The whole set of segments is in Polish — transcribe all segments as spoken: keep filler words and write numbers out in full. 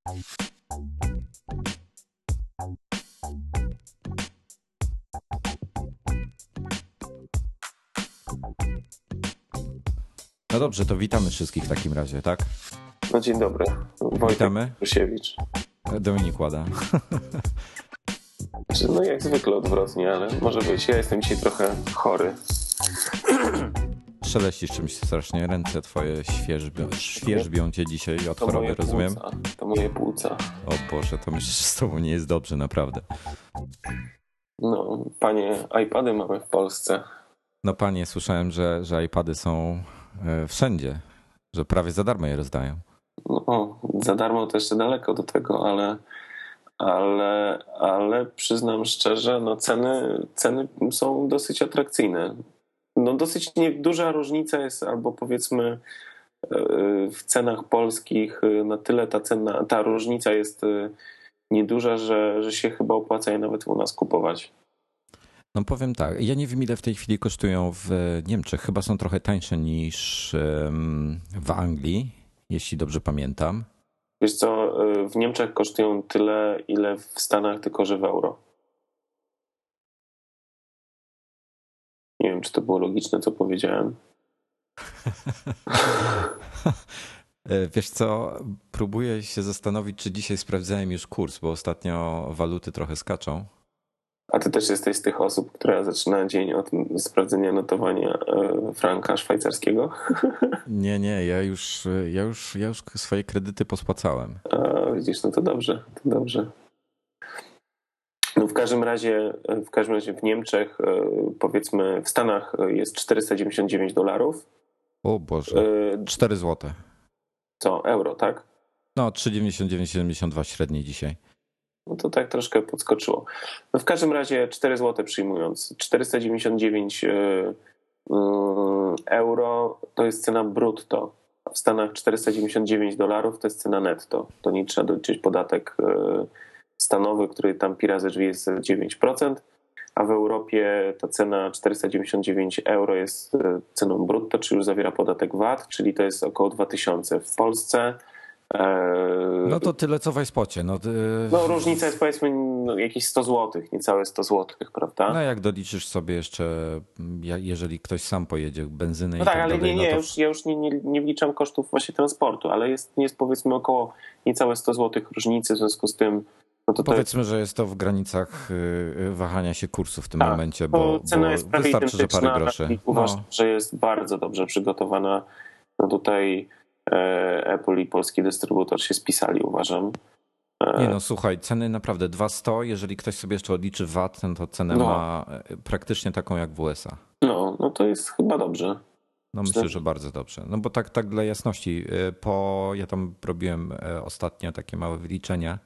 No dobrze, to witamy wszystkich w takim razie, tak? No dzień dobry. Wojtek Witamy. Prusiewicz. Dominik Łada. No jak zwykle odwrotnie, ale może być. Ja jestem dzisiaj trochę chory. Szeleścisz czymś strasznie, ręce twoje świeżbią, świeżbią cię dzisiaj od To choroby, moje rozumiem? płuca. To moje płuca. O Boże, to myślę, że z tobą nie jest dobrze, naprawdę. No, panie, iPady mamy w Polsce. No panie, słyszałem, że, że iPady są e, wszędzie, że prawie za darmo je rozdają. No, za darmo to jeszcze daleko do tego, ale, ale, ale przyznam szczerze, no ceny, ceny są dosyć atrakcyjne. No dosyć nieduża różnica jest, albo powiedzmy w cenach polskich na tyle ta cena, ta różnica jest nieduża, że, że się chyba opłaca je nawet u nas kupować. No powiem tak, ja nie wiem ile w tej chwili kosztują w Niemczech, chyba są trochę tańsze niż w Anglii, jeśli dobrze pamiętam. Wiesz co, w Niemczech kosztują tyle, ile w Stanach, tylko że w euro. Nie wiem, czy to było logiczne, co powiedziałem. Wiesz co, próbuję się zastanowić, czy dzisiaj sprawdzałem już kurs, bo ostatnio waluty trochę skaczą. A ty też jesteś z tych osób, która zaczyna dzień od sprawdzenia notowania franka szwajcarskiego? Nie, nie, ja już, ja już, ja już swoje kredyty pospłacałem. A, widzisz, no to dobrze, to dobrze. No w każdym razie, w każdym razie w Niemczech, powiedzmy w Stanach jest czterysta dziewięćdziesiąt dziewięć dolarów. O Boże, cztery złote. Co, euro, tak? No, trzy dziewięćdziesiąt dziewięć siedemdziesiąt dwa średniej dzisiaj. No to tak troszkę podskoczyło. No w każdym razie cztery złote przyjmując. czterysta dziewięćdziesiąt dziewięć euro to jest cena brutto. A w Stanach czterysta dziewięćdziesiąt dziewięć dolarów to jest cena netto. To nie trzeba doliczyć podatek stanowy, który tam pi razy drzwi jest dziewięć procent, a w Europie ta cena czterysta dziewięćdziesiąt dziewięć euro jest ceną brutto, czyli już zawiera podatek V A T, czyli to jest około dwa tysiące. W Polsce no to tyle co w iSpocie. No, ty... no różnica jest powiedzmy no, jakieś sto złotych, niecałe sto złotych, prawda? No jak doliczysz sobie jeszcze, jeżeli ktoś sam pojedzie, benzynę no i tak, tak ale dalej. nie, nie, no to... już, ja już nie, nie, nie wliczam kosztów właśnie transportu, ale jest, jest powiedzmy około niecałe sto złotych różnicy, w związku z tym no to powiedzmy, to... że jest to w granicach wahania się kursu w tym tak, momencie, bo, cena bo jest prawie wystarczy, że parę groszy. I uważam, no. że jest bardzo dobrze przygotowana. No tutaj Apple i polski dystrybutor się spisali, uważam. Nie no, słuchaj, ceny naprawdę dwieście sto, jeżeli ktoś sobie jeszcze odliczy V A T, to cenę no. ma praktycznie taką jak w U S A. No, no to jest chyba dobrze. No myślę, że bardzo dobrze. No bo tak, tak dla jasności, po, ja tam robiłem ostatnio takie małe wyliczenia.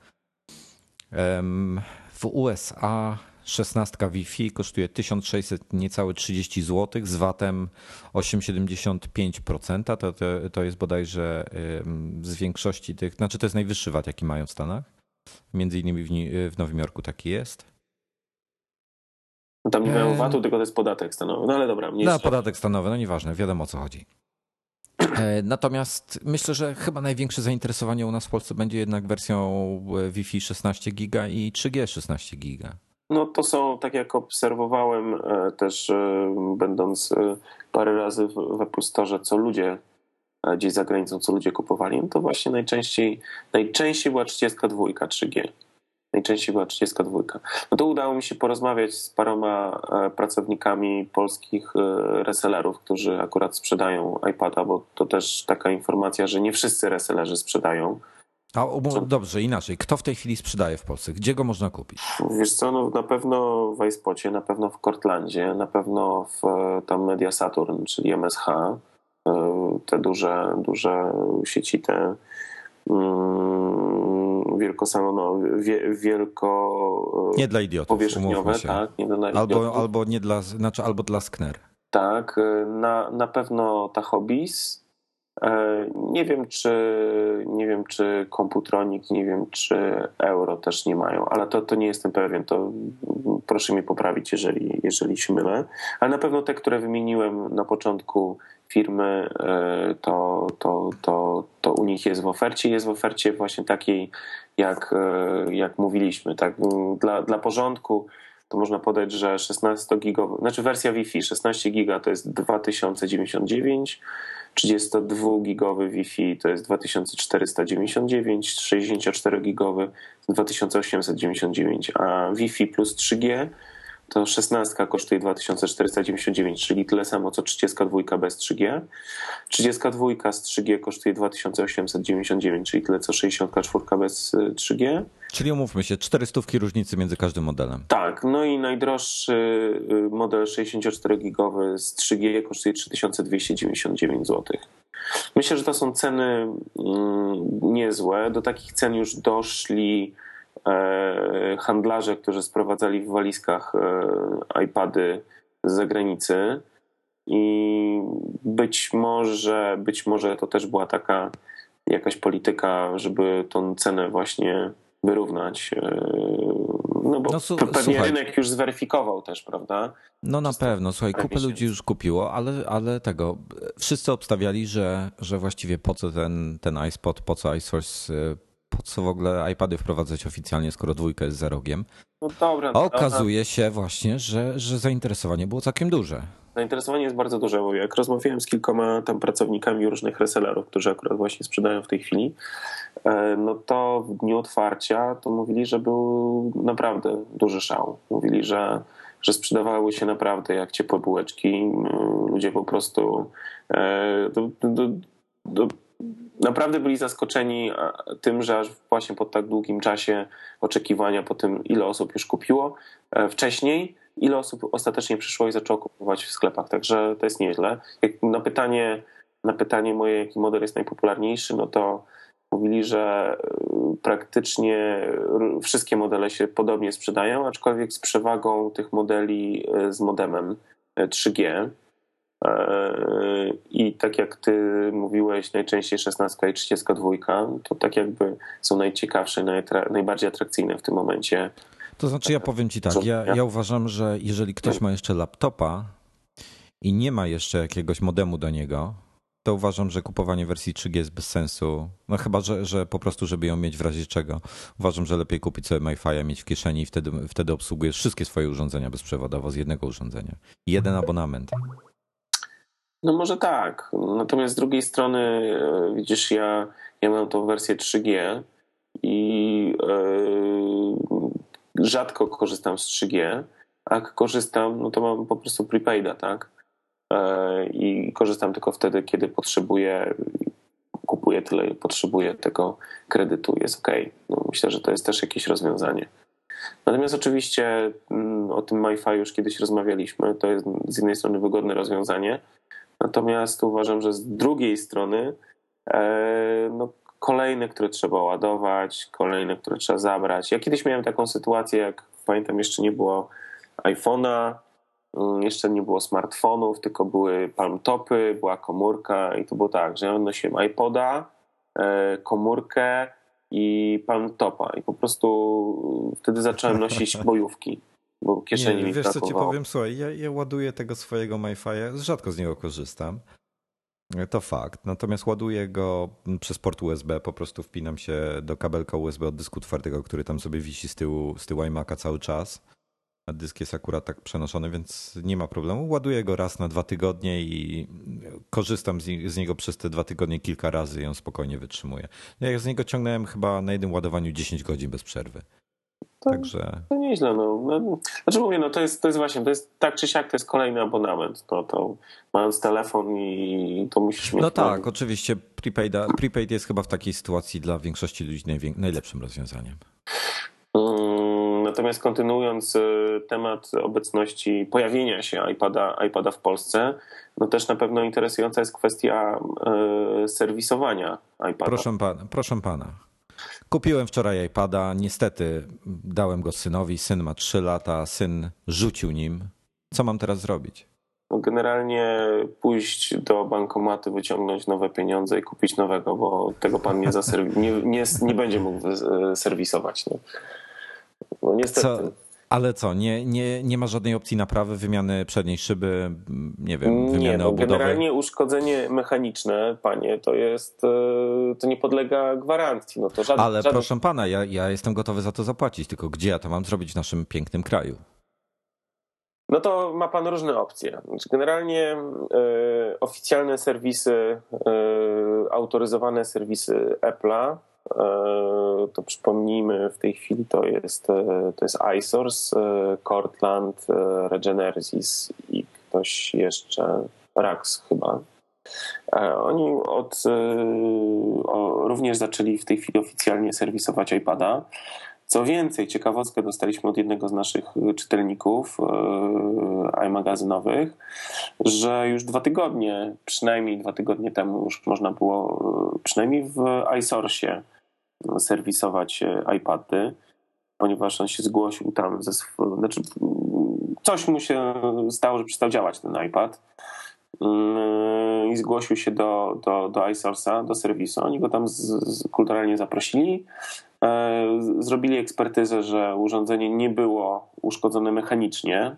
W U S A szesnastka Wi-Fi kosztuje tysiąc sześćset niecałe trzydzieści złotych z V A T-em osiem przecinek siedemdziesiąt pięć procent. To, to, to jest bodajże z większości tych, znaczy to jest najwyższy V A T, jaki mają w Stanach. Między innymi w, w Nowym Jorku taki jest. No tam nie mają V A T-u, tylko to jest podatek stanowy. No ale dobra. No jest... podatek stanowy, no nieważne, wiadomo o co chodzi. Natomiast myślę, że chyba największe zainteresowanie u nas w Polsce będzie jednak wersją Wi-Fi szesnaście giga i trzy G szesnaście giga. No to są, tak jak obserwowałem też będąc parę razy w Apple Store, co ludzie gdzieś za granicą, co ludzie kupowali, no to właśnie najczęściej najczęściej była trzydzieści dwa trzy G. Najczęściej była trzydzieści dwa. No to udało mi się porozmawiać z paroma pracownikami polskich resellerów, którzy akurat sprzedają iPada, bo to też taka informacja, że nie wszyscy resellerzy sprzedają. A dobrze, inaczej. Kto w tej chwili sprzedaje w Polsce? Gdzie go można kupić? Wiesz co, no na pewno w iSpocie, na pewno w Cortlandzie, na pewno w tam Media Saturn, czyli M S H, te duże, duże sieci, te wielko, no, wie, wielko nie dla idiotów, powierzchniowe, tak, nie dla albo, idiotów. albo nie dla, znaczy albo dla Skner. Tak, na, na pewno ta Hobbies, Nie wiem, czy nie wiem, czy Computronic, nie wiem, czy Euro też nie mają, ale to, to nie jestem pewien, to proszę mnie poprawić, jeżeli, jeżeli się mylę. Ale na pewno te, które wymieniłem na początku firmy, to, to, to, to u nich jest w ofercie. Jest w ofercie właśnie takiej, jak, jak mówiliśmy. Tak? Dla, dla porządku to można podać, że szesnastogigowy, znaczy wersja Wi-Fi szesnaście giga to jest dwa tysiące dziewięćdziesiąt dziewięć, trzydziestodwugigowy Wi-Fi to jest dwa tysiące czterysta dziewięćdziesiąt dziewięć, sześćdziesięcioczterogigowy dwa tysiące osiemset dziewięćdziesiąt dziewięć, a Wi-Fi plus trzy G to szesnastka kosztuje dwa tysiące czterysta dziewięćdziesiąt dziewięć, czyli tyle samo co trzydzieści dwa bez trzy G. trzydzieści dwa z trzy G kosztuje dwa tysiące osiemset dziewięćdziesiąt dziewięć, czyli tyle co sześćdziesiąt cztery bez trzy G. Czyli umówmy się, czterysta różnicy między każdym modelem. Tak, no i najdroższy model sześćdziesięcioczterogigowy z trzy G kosztuje trzy tysiące dwieście dziewięćdziesiąt dziewięć złotych. Myślę, że to są ceny niezłe. Do takich cen już doszli handlarze, którzy sprowadzali w walizkach iPady z zagranicy i być może, być może to też była taka jakaś polityka, żeby tą cenę właśnie wyrównać. No bo no, su- pewnie słuchaj. Rynek już zweryfikował też, prawda? No na pewno, słuchaj, kupę ludzi już kupiło, ale, ale tego, wszyscy obstawiali, że, że właściwie po co ten, ten iSpot, po co iSource, po co w ogóle iPady wprowadzać oficjalnie, skoro dwójka jest za rogiem. No dobra. A okazuje się właśnie, że, że zainteresowanie było całkiem duże. Zainteresowanie jest bardzo duże, bo jak rozmawiałem z kilkoma tam pracownikami różnych resellerów, którzy akurat właśnie sprzedają w tej chwili, no to w dniu otwarcia to mówili, że był naprawdę duży szał. Mówili, że, że sprzedawały się naprawdę jak ciepłe bułeczki. Ludzie po prostu do, do, do, naprawdę byli zaskoczeni tym, że aż właśnie po tak długim czasie oczekiwania po tym, ile osób już kupiło wcześniej, ile osób ostatecznie przyszło i zaczęło kupować w sklepach. Także to jest nieźle. Jak na pytanie, na pytanie moje, jaki model jest najpopularniejszy, no to mówili, że praktycznie wszystkie modele się podobnie sprzedają, aczkolwiek z przewagą tych modeli z modemem trzy G. I tak jak ty mówiłeś, najczęściej szesnastka i trzydziestka dwa, to tak jakby są najciekawsze, najbardziej atrakcyjne w tym momencie. To znaczy ja powiem ci tak, ja, ja uważam, że jeżeli ktoś ma jeszcze laptopa i nie ma jeszcze jakiegoś modemu do niego, to uważam, że kupowanie wersji trzy G jest bez sensu. No chyba, że, że po prostu, żeby ją mieć w razie czego. Uważam, że lepiej kupić sobie MiFi'a, mieć w kieszeni i wtedy, wtedy obsługujesz wszystkie swoje urządzenia bezprzewodowo z jednego urządzenia. Jeden abonament. No może tak. Natomiast z drugiej strony widzisz, ja, ja mam tą wersję trzy G i yy, rzadko korzystam z trzy G, a jak korzystam, no to mam po prostu prepaida, tak? I korzystam tylko wtedy, kiedy potrzebuję, kupuję tyle, ile potrzebuję tego kredytu, jest ok. No, myślę, że to jest też jakieś rozwiązanie. Natomiast oczywiście o tym MiFi już kiedyś rozmawialiśmy, to jest z jednej strony wygodne rozwiązanie, natomiast uważam, że z drugiej strony no, kolejne, które trzeba ładować, kolejne, które trzeba zabrać. Ja kiedyś miałem taką sytuację, jak pamiętam, jeszcze nie było iPhone'a, jeszcze nie było smartfonów, tylko były palmtopy, była komórka i to było tak, że ja nosiłem iPoda, komórkę i palmtopa i po prostu wtedy zacząłem nosić bojówki, bo kieszeni nie, mi wiesz brakowało. Co ci powiem, słuchaj, ja, ja ładuję tego swojego MiFi'a, rzadko z niego korzystam, to fakt, natomiast ładuję go przez port U S B, po prostu wpinam się do kabelka U S B od dysku twardego, który tam sobie wisi z tyłu, z tyłu iMac'a cały czas. A dysk jest akurat tak przenoszony, więc nie ma problemu. Ładuję go raz na dwa tygodnie i korzystam z niego przez te dwa tygodnie kilka razy i on spokojnie wytrzymuje. Ja z niego ciągnąłem chyba na jednym ładowaniu dziesięć godzin bez przerwy. To, Także... to nieźle. No. No, znaczy mówię, no to jest, to jest właśnie, to jest tak czy siak, to jest kolejny abonament. No, to mając telefon i to musisz mieć... No tak, plan. Oczywiście prepaid, prepaid jest chyba w takiej sytuacji dla większości ludzi najlepszym rozwiązaniem. Natomiast kontynuując temat obecności, pojawienia się iPada, iPada w Polsce, no też na pewno interesująca jest kwestia serwisowania iPada. Proszę pana, proszę pana. Kupiłem wczoraj iPada, niestety dałem go synowi, syn ma trzy lata, syn rzucił nim. Co mam teraz zrobić? generalnie pójść do bankomatu, wyciągnąć nowe pieniądze i kupić nowego, bo tego pan nie, zaserwi- nie, nie, nie będzie mógł serwisować. No, no niestety. Co? Ale co, nie, nie, nie ma żadnej opcji naprawy, wymiany przedniej szyby, nie wiem, wymiany nie, no, obudowy? Generalnie uszkodzenie mechaniczne, panie, to jest, to nie podlega gwarancji. No to żaden, Ale żaden... proszę pana, ja, ja jestem gotowy za to zapłacić, tylko gdzie ja to mam zrobić w naszym pięknym kraju? No to ma pan różne opcje. Generalnie y, oficjalne serwisy, y, autoryzowane serwisy Apple'a, y, to przypomnijmy w tej chwili to jest, to jest iSource, y, Cortland, y, Regenesis i ktoś jeszcze, Rax chyba. Oni od, o, również zaczęli w tej chwili oficjalnie serwisować iPada. Co więcej, ciekawostkę dostaliśmy od jednego z naszych czytelników e, iMagazynowych, że już dwa tygodnie, przynajmniej dwa tygodnie temu już można było e, przynajmniej w iSource'ie serwisować iPady, ponieważ on się zgłosił tam ze sw- znaczy coś mu się stało, że przestał działać ten iPad i zgłosił się do, do, do iSource'a, do serwisu. Oni go tam z, z, kulturalnie zaprosili. Zrobili ekspertyzę, że urządzenie nie było uszkodzone mechanicznie.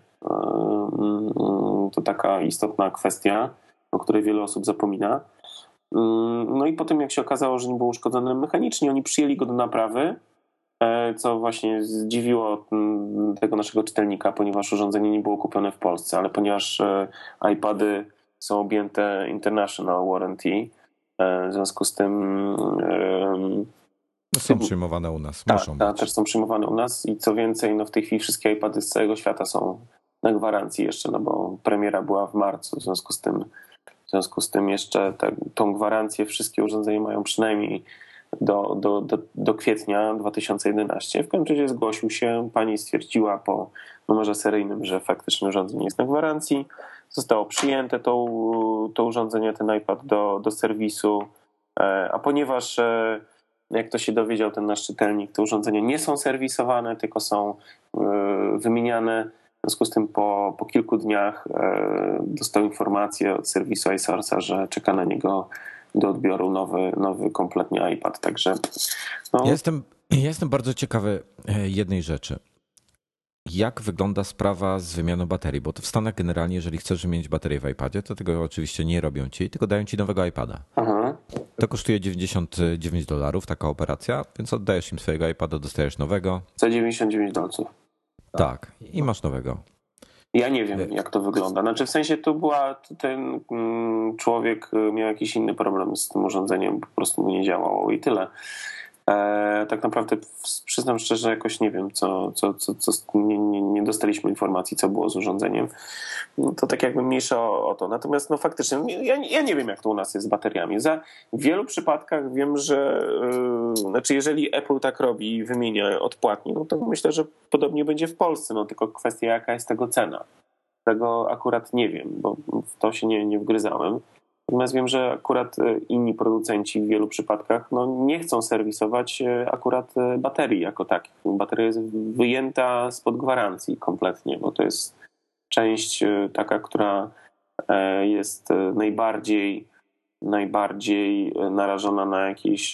To taka istotna kwestia, o której wiele osób zapomina. No i po tym, jak się okazało, że nie było uszkodzone mechanicznie, oni przyjęli go do naprawy, co właśnie zdziwiło tego naszego czytelnika, ponieważ urządzenie nie było kupione w Polsce, ale ponieważ iPady są objęte International Warranty, w związku z tym są przyjmowane u nas. Tak, muszą tak, być. też są przyjmowane u nas i co więcej, no w tej chwili wszystkie iPady z całego świata są na gwarancji jeszcze, no bo premiera była w marcu, w związku z tym, w związku z tym jeszcze te, tą gwarancję wszystkie urządzenia mają przynajmniej do, do, do, do kwietnia dwa tysiące jedenastego. W każdym razie zgłosił się, pani stwierdziła po numerze seryjnym, że faktycznie urządzenie jest na gwarancji. Zostało przyjęte to, to urządzenie, ten iPad do, do serwisu, a ponieważ jak to się dowiedział ten nasz czytelnik, te urządzenia nie są serwisowane, tylko są wymieniane. W związku z tym po, po kilku dniach dostał informację od serwisu iSource'a, że czeka na niego do odbioru nowy, nowy kompletnie iPad. Także no... ja, jestem, ja jestem bardzo ciekawy jednej rzeczy. Jak wygląda sprawa z wymianą baterii? Bo to w Stanach generalnie, jeżeli chcesz wymienić baterię w iPadzie, to tego oczywiście nie robią ci, tylko dają ci nowego iPada. Aha. To kosztuje dziewięćdziesiąt dziewięć dolarów taka operacja, więc oddajesz im swojego iPada, dostajesz nowego. Za dziewięćdziesiąt dziewięć dolców. Tak, i masz nowego. Ja nie wiem, jak to wygląda. Znaczy w sensie tu była, ten człowiek miał jakiś inny problem z tym urządzeniem, po prostu mu nie działało i tyle. E, tak naprawdę przyznam szczerze, jakoś nie wiem, co, co, co, co nie, nie, nie dostaliśmy informacji, co było z urządzeniem. No to tak jakby mniejsza o, o to. Natomiast no faktycznie, ja, ja nie wiem, jak to u nas jest z bateriami. Za w wielu przypadkach wiem, że yy, znaczy jeżeli Apple tak robi i wymienia odpłatnie, no to myślę, że podobnie będzie w Polsce, no tylko kwestia, jaka jest tego cena. Tego akurat nie wiem, bo w to się nie, nie wgryzałem. Natomiast wiem, że akurat inni producenci w wielu przypadkach no, nie chcą serwisować akurat baterii jako takich. Bateria jest wyjęta spod gwarancji kompletnie, bo to jest część taka, która jest najbardziej, najbardziej narażona na jakieś...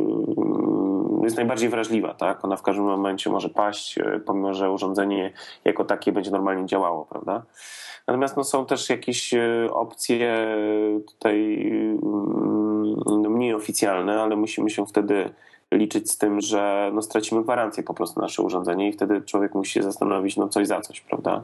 jest najbardziej wrażliwa, tak? Ona w każdym momencie może paść, pomimo że urządzenie jako takie będzie normalnie działało, prawda? Natomiast no, są też jakieś opcje tutaj no, mniej oficjalne, ale musimy się wtedy liczyć z tym, że no, stracimy gwarancję po prostu na nasze urządzenie i wtedy człowiek musi się zastanowić, no coś za coś, prawda?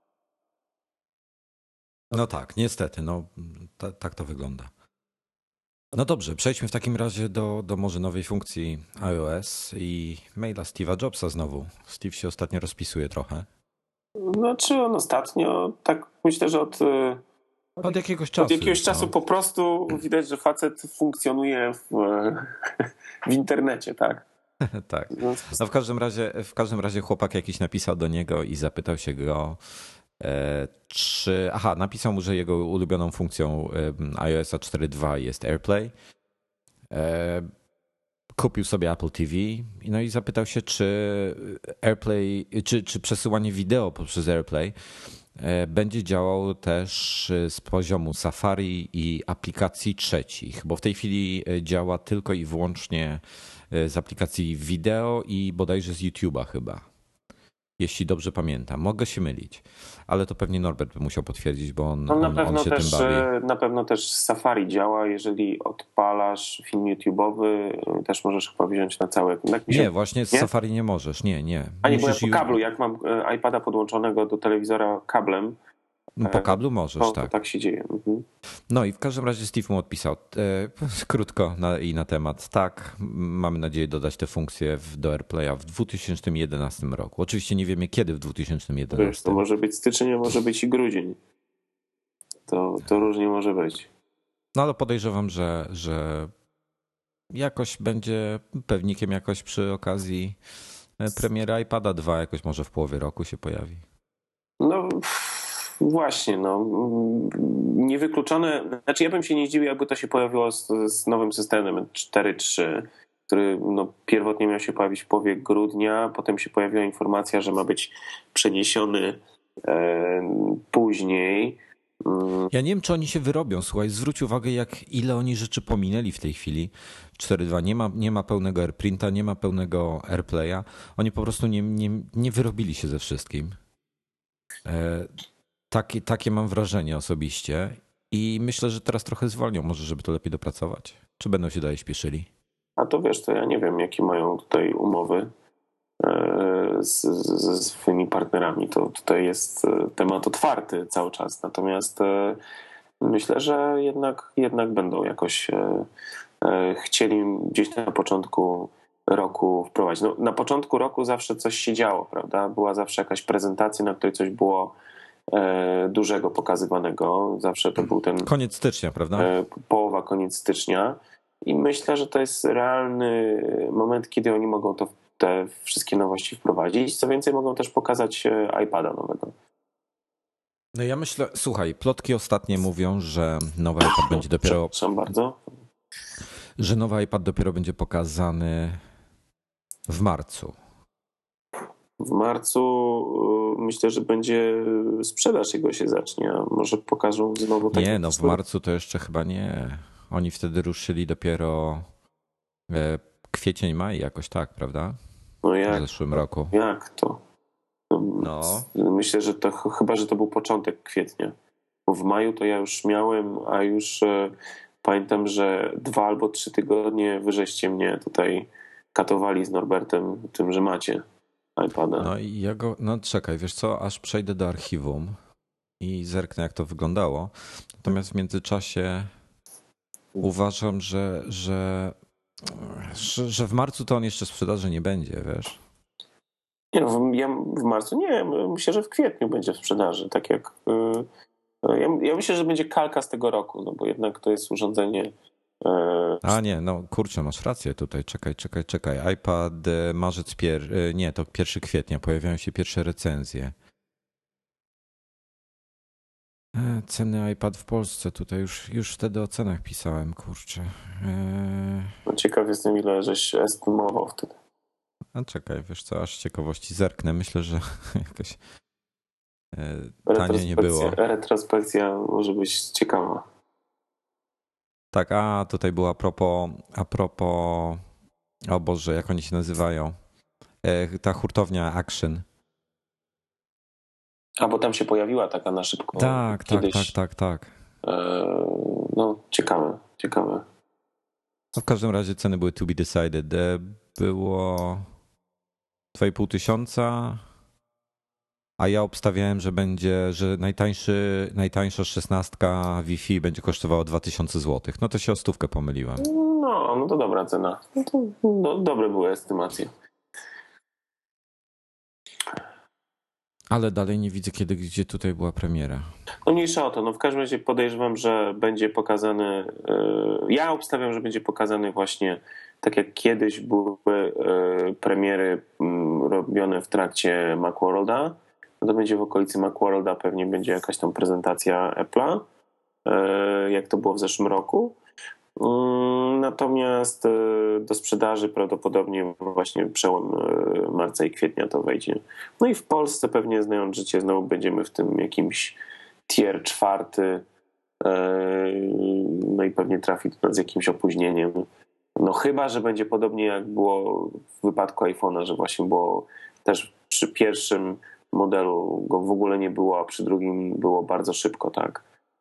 No tak, niestety, no ta, tak to wygląda. No dobrze, przejdźmy w takim razie do, do może nowej funkcji iOS i maila Steve'a Jobsa znowu. Steve się ostatnio rozpisuje trochę. Znaczy on ostatnio, tak myślę, że od, od jakiegoś czasu. Od jakiegoś czasu no. Po prostu widać, że facet funkcjonuje w, w internecie, tak? Tak. No w każdym razie, w każdym razie chłopak jakiś napisał do niego i zapytał się go, e, czy... Aha, napisał mu, że jego ulubioną funkcją iOS cztery dwa jest AirPlay. E, kupił sobie Apple T V no i zapytał się, czy AirPlay, czy, czy przesyłanie wideo poprzez AirPlay będzie działał też z poziomu Safari i aplikacji trzecich, bo w tej chwili działa tylko i wyłącznie z aplikacji wideo i bodajże z YouTube'a chyba. Jeśli dobrze pamiętam. Mogę się mylić, ale to pewnie Norbert by musiał potwierdzić, bo on, No na on, pewno on się też, tym bawi. na pewno też Safari działa, jeżeli odpalasz film YouTube'owy, też możesz chyba wziąć na cały. Tak mi się... Nie, właśnie z nie? Safari nie możesz, nie, nie. A nie, bo ja Musisz po już... kablu, jak mam iPada podłączonego do telewizora kablem, Po kablu możesz, to, tak. to tak się dzieje. Mhm. No i w każdym razie Steve mu odpisał e, krótko na, i na temat. Tak, mamy nadzieję dodać te funkcje w, do AirPlaya w dwa tysiące jedenastym roku. Oczywiście nie wiemy kiedy w dwa tysiące jedenastym. Wiesz, to może być styczeń, a może być i grudzień. To, to różnie może być. No ale podejrzewam, że, że jakoś będzie pewnikiem jakoś przy okazji premiery iPada dwa jakoś może w połowie roku się pojawi. No właśnie, no niewykluczone, znaczy ja bym się nie zdziwił, jakby to się pojawiło z, z nowym systemem cztery trzy, który no, pierwotnie miał się pojawić w połowie grudnia, potem się pojawiła informacja, że ma być przeniesiony e, później. Ja nie wiem, czy oni się wyrobią. Słuchaj, zwróć uwagę, jak ile oni rzeczy pominęli w tej chwili. cztery dwa nie ma, nie ma pełnego AirPrinta, nie ma pełnego AirPlaya. Oni po prostu nie, nie, nie wyrobili się ze wszystkim. E, takie, takie mam wrażenie osobiście i myślę, że teraz trochę zwolnią, może żeby to lepiej dopracować. Czy będą się dalej śpieszyli? A to wiesz, to ja nie wiem, jakie mają tutaj umowy z, ze swoimi partnerami. To tutaj jest temat otwarty cały czas. Natomiast myślę, że jednak, jednak będą jakoś chcieli gdzieś na początku roku wprowadzić. No, na początku roku zawsze coś się działo, prawda? Była zawsze jakaś prezentacja, na której coś było dużego pokazywanego. Zawsze to był ten... Koniec stycznia, prawda? Połowa, koniec stycznia. I myślę, że to jest realny moment, kiedy oni mogą to, te wszystkie nowości wprowadzić. Co więcej, mogą też pokazać iPada nowego. No ja myślę, słuchaj, plotki ostatnie mówią, że nowy iPad będzie dopiero... Przepraszam bardzo. Że nowy iPad dopiero będzie pokazany w marcu. W marcu myślę, że będzie sprzedaż jego się zacznie, a może pokażą znowu... Tak nie, no w marcu to jeszcze chyba nie. Oni wtedy ruszyli dopiero kwiecień, maj jakoś tak, prawda? No jak? W zeszłym roku. Jak to? No, no. Myślę, że to chyba, że to był początek kwietnia. Bo w maju to ja już miałem, a już e, pamiętam, że dwa albo trzy tygodnie wyżeście mnie tutaj katowali z Norbertem tym, że macie iPada. No i ja go, no czekaj, wiesz co, aż przejdę do archiwum i zerknę, jak to wyglądało. Natomiast w międzyczasie uważam, że, że, że, że w marcu to on jeszcze sprzedaży nie będzie, wiesz? Nie, no, ja w marcu nie, myślę, że w kwietniu będzie w sprzedaży, tak jak... Ja, ja myślę, że będzie kalka z tego roku, no bo jednak to jest urządzenie... A nie, no kurczę, masz rację tutaj, czekaj, czekaj, czekaj. iPad marzec, pier... nie, to pierwszy kwietnia, pojawiają się pierwsze recenzje. Ceny iPad w Polsce, tutaj już, już wtedy o cenach pisałem, kurczę. No ciekaw jestem, ile żeś estymował wtedy. A czekaj, wiesz co, aż z ciekawości zerknę, myślę, że jakoś tanio nie było. Retrospekcja może być ciekawa. Tak, a tutaj była a propos, a propos, o Boże, jak oni się nazywają? Ta hurtownia Action. A bo tam się pojawiła taka na szybko. Tak, kiedyś. tak, tak, tak, tak. No ciekawe, ciekawe. No, w każdym razie ceny były to be decided. Było dwa i pół tysiąca, a ja obstawiałem, że będzie, że najtańszy, najtańsza szesnastka Wi-Fi będzie kosztowała dwa tysiące złotych. No to się o stówkę pomyliłem. No, no to dobra cena. No to no, dobre były estymacje. Ale dalej nie widzę, kiedy, gdzie tutaj była premiera. No mniejsza o to. No w każdym razie podejrzewam, że będzie pokazany... Ja obstawiam, że będzie pokazany właśnie tak jak kiedyś były premiery robione w trakcie Macworlda. No to będzie w okolicy Macworlda, pewnie będzie jakaś tam prezentacja Apple'a, jak to było w zeszłym roku. Natomiast do sprzedaży prawdopodobnie właśnie przełom marca i kwietnia to wejdzie. No i w Polsce pewnie, znając życie, znowu będziemy w tym jakimś tier czwarty, no i pewnie trafi do nas z jakimś opóźnieniem. No chyba, że będzie podobnie jak było w wypadku iPhone'a, że właśnie było też przy pierwszym modelu go w ogóle nie było, a przy drugim było bardzo szybko, tak.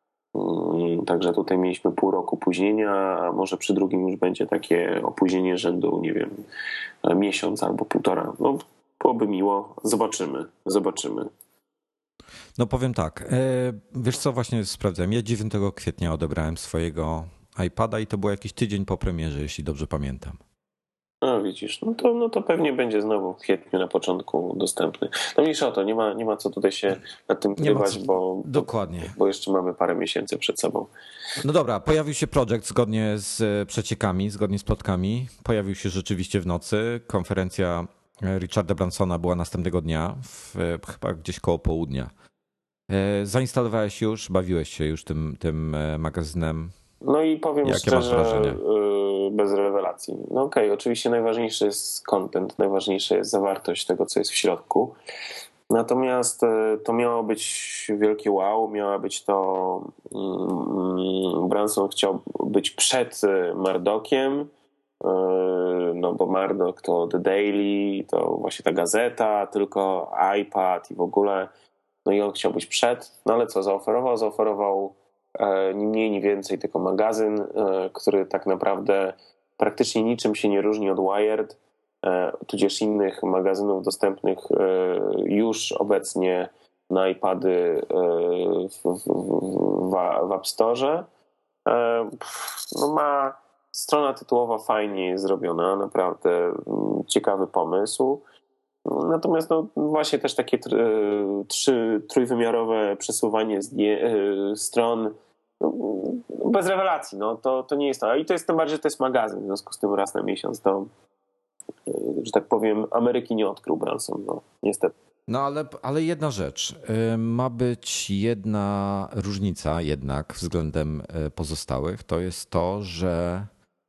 Także tutaj mieliśmy pół roku opóźnienia, a może przy drugim już będzie takie opóźnienie rzędu, nie wiem, miesiąc albo półtora. No byłoby miło, zobaczymy, zobaczymy. No powiem tak, wiesz co, właśnie sprawdzałem, ja dziewiątego kwietnia odebrałem swojego iPada i to było jakiś tydzień po premierze, jeśli dobrze pamiętam. No widzisz, no to, no to pewnie będzie znowu w kwietniu na początku dostępny. No mniejsza o to, nie ma, nie ma co tutaj się nad tym grywać, bo, dokładnie. Bo, bo jeszcze mamy parę miesięcy przed sobą. No dobra, pojawił się projekt zgodnie z przeciekami, zgodnie z plotkami. Pojawił się rzeczywiście w nocy. Konferencja Richarda Bransona była następnego dnia, w, chyba gdzieś koło południa. Zainstalowałeś już, bawiłeś się już tym, tym magazynem. No i powiem Jakie szczerze, masz wrażenie? Bez rewelacji. No okej, okay, oczywiście najważniejszy jest content, najważniejsza jest zawartość tego, co jest w środku. Natomiast to miało być wielkie wow, miała być to... Branson chciał być przed Murdochem, no bo Murdoch to The Daily, to właśnie ta gazeta, tylko iPad i w ogóle. No i on chciał być przed, no ale co zaoferował? Zaoferował ni mniej, ni więcej, tylko magazyn, który tak naprawdę praktycznie niczym się nie różni od Wired, tudzież innych magazynów dostępnych już obecnie na iPady w, w, w, w App Store. No ma strona tytułowa fajnie jest zrobiona, naprawdę ciekawy pomysł. Natomiast no właśnie też takie trzy, trójwymiarowe przesuwanie z nie, stron no, bez rewelacji, no to, to nie jest to. I to jest tym bardziej, że to jest magazyn, w związku z tym raz na miesiąc to, że tak powiem, Ameryki nie odkrył Branson, no niestety. No ale, ale jedna rzecz, ma być jedna różnica jednak względem pozostałych, to jest to, że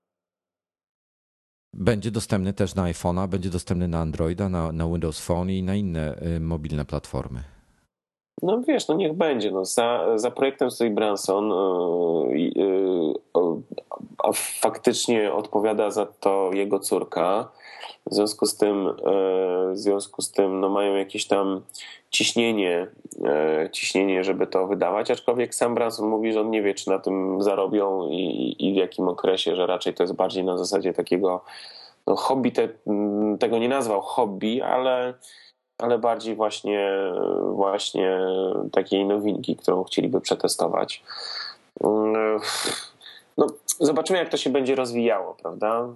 będzie dostępny też na iPhone'a, będzie dostępny na Androida, na, na Windows Phone i na inne mobilne platformy. No wiesz, no niech będzie. No, za, za projektem stoi Branson, yy, yy, a faktycznie odpowiada za to jego córka. W związku z tym, yy, w związku z tym no mają jakieś tam ciśnienie, yy, ciśnienie, żeby to wydawać, aczkolwiek sam Branson mówi, że on nie wie, czy na tym zarobią i, i w jakim okresie, że raczej to jest bardziej na zasadzie takiego no, hobby, te, tego nie nazwał hobby, ale ale bardziej właśnie, właśnie takiej nowinki, którą chcieliby przetestować. No, zobaczymy, jak to się będzie rozwijało, prawda?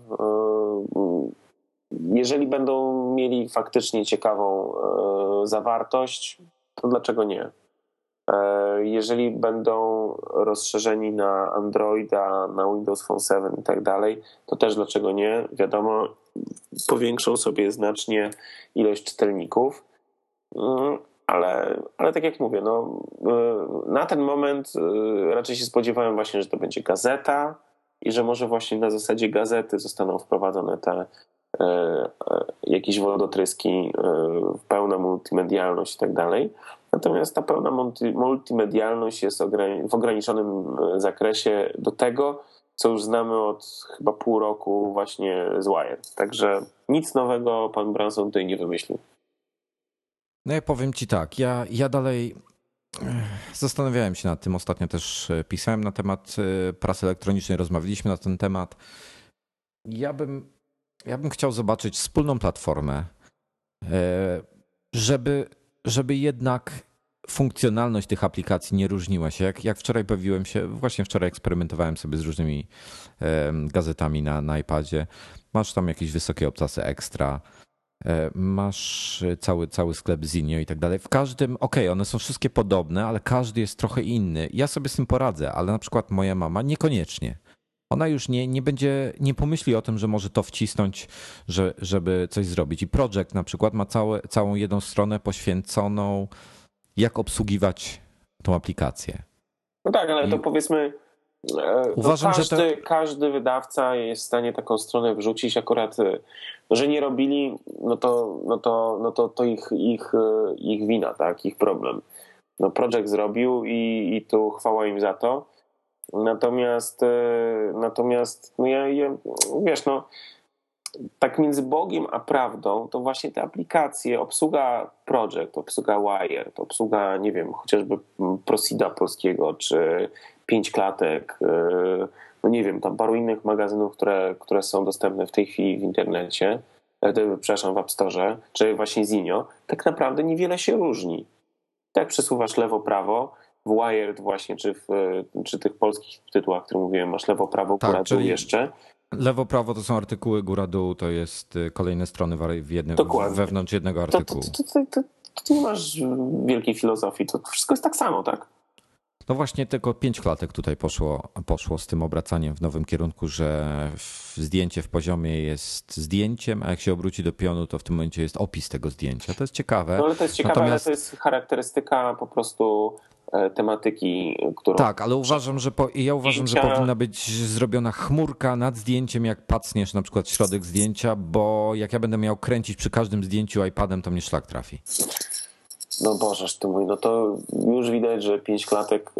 Jeżeli będą mieli faktycznie ciekawą zawartość, to dlaczego nie? Jeżeli będą rozszerzeni na Androida, na Windows Phone siedem i tak dalej, to też dlaczego nie? Wiadomo, powiększą sobie znacznie ilość czytelników, ale, ale tak jak mówię, no, na ten moment raczej się spodziewałem właśnie, że to będzie gazeta i że może właśnie na zasadzie gazety zostaną wprowadzone te jakieś wodotryski, pełna multimedialność i tak dalej. Natomiast ta pełna multimedialność jest w ograniczonym zakresie do tego, co już znamy od chyba pół roku właśnie z Wired. Także nic nowego pan Branson tutaj nie wymyślił. No ja powiem ci tak, ja, ja dalej zastanawiałem się nad tym, ostatnio też pisałem na temat prasy elektronicznej, rozmawialiśmy na ten temat. Ja bym, ja bym chciał zobaczyć wspólną platformę, żeby, żeby jednak funkcjonalność tych aplikacji nie różniła się. Jak, jak wczoraj bawiłem się, właśnie wczoraj eksperymentowałem sobie z różnymi gazetami na, na iPadzie. Masz tam jakieś wysokie obcasy ekstra, masz cały, cały sklep Zinio i tak dalej. W każdym, okej, okay, one są wszystkie podobne, ale każdy jest trochę inny. Ja sobie z tym poradzę, ale na przykład moja mama niekoniecznie. Ona już nie, nie będzie, nie pomyśli o tym, że może to wcisnąć, że, żeby coś zrobić. I Project na przykład ma całe, całą jedną stronę poświęconą, jak obsługiwać tą aplikację. No tak, ale I... to powiedzmy, Uważam, no każdy, że to... każdy wydawca jest w stanie taką stronę wrzucić, akurat, że nie robili, no to, no to, no to, to ich, ich, ich wina, tak, ich problem. No Projekt zrobił i, i tu chwała im za to. Natomiast, natomiast no ja, ja, wiesz, no tak między Bogiem a prawdą, to właśnie te aplikacje, obsługa Project, obsługa Wired, obsługa, nie wiem, chociażby Prosida polskiego, czy Pięć Klatek, no nie wiem, tam paru innych magazynów, które, które są dostępne w tej chwili w internecie, przepraszam, w App Store, czy właśnie Zinio, tak naprawdę niewiele się różni. Tak przesuwasz lewo-prawo, w Wired właśnie, czy w czy tych polskich tytułach, które mówiłem, masz lewo-prawo, góra, Tak, dół czyli jeszcze. lewo, prawo to są artykuły, góra, dół to jest kolejne strony w jednym, Dokładnie. wewnątrz jednego To, artykułu. to, to, to, to nie masz wielkiej filozofii, to wszystko jest tak samo, tak? No właśnie tylko pięć klatek tutaj poszło, poszło z tym obracaniem w nowym kierunku, że zdjęcie w poziomie jest zdjęciem, a jak się obróci do pionu, to w tym momencie jest opis tego zdjęcia. To jest ciekawe. No ale to jest ciekawe, Natomiast... ale to jest charakterystyka po prostu tematyki, którą... Tak, ale uważam, że po, ja uważam, że powinna być zrobiona chmurka nad zdjęciem, jak pacniesz na przykład środek zdjęcia, bo jak ja będę miał kręcić przy każdym zdjęciu iPadem, to mnie szlak trafi. No Bożeż ty mój, no to już widać, że Pięć Klatek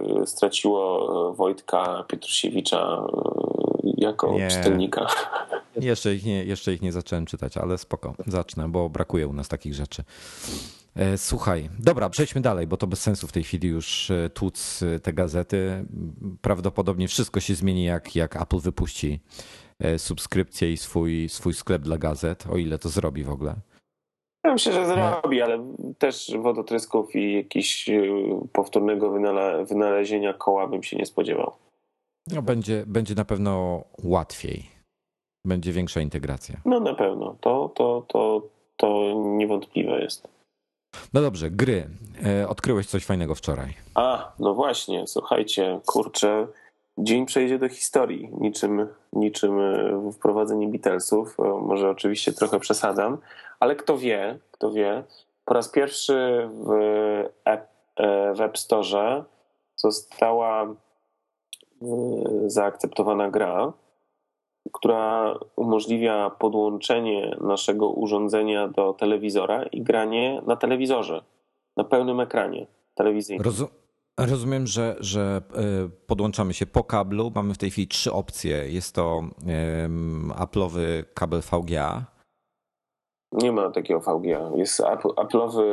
straciło Wojtka Pietrusiewicza jako nie. czytelnika. Jeszcze ich, nie, jeszcze ich nie zacząłem czytać, ale spoko, zacznę, bo brakuje u nas takich rzeczy. Słuchaj, dobra, przejdźmy dalej, bo to bez sensu w tej chwili już tłuc te gazety. Prawdopodobnie wszystko się zmieni, jak, jak Apple wypuści subskrypcję i swój, swój sklep dla gazet, o ile to zrobi w ogóle. Ja myślę, że zrobi, ale też wodotrysków i jakiegoś powtórnego wynale- wynalezienia koła bym się nie spodziewał. No, będzie, będzie na pewno łatwiej. Będzie większa integracja. No na pewno. To, to, to, to niewątpliwe jest. No dobrze, gry. Odkryłeś coś fajnego wczoraj. A, no właśnie. Słuchajcie, kurczę. Dzień przejdzie do historii. Niczym, niczym wprowadzenie Beatlesów. Może oczywiście trochę przesadzam, ale kto wie, kto wie. Po raz pierwszy w App, w App Store została zaakceptowana gra, która umożliwia podłączenie naszego urządzenia do telewizora i granie na telewizorze, na pełnym ekranie telewizyjnym. Rozum- rozumiem, że, że podłączamy się po kablu. Mamy w tej chwili trzy opcje. Jest to um, Apple'owy kabel V G A. Nie ma takiego V G A. Jest Apple'owy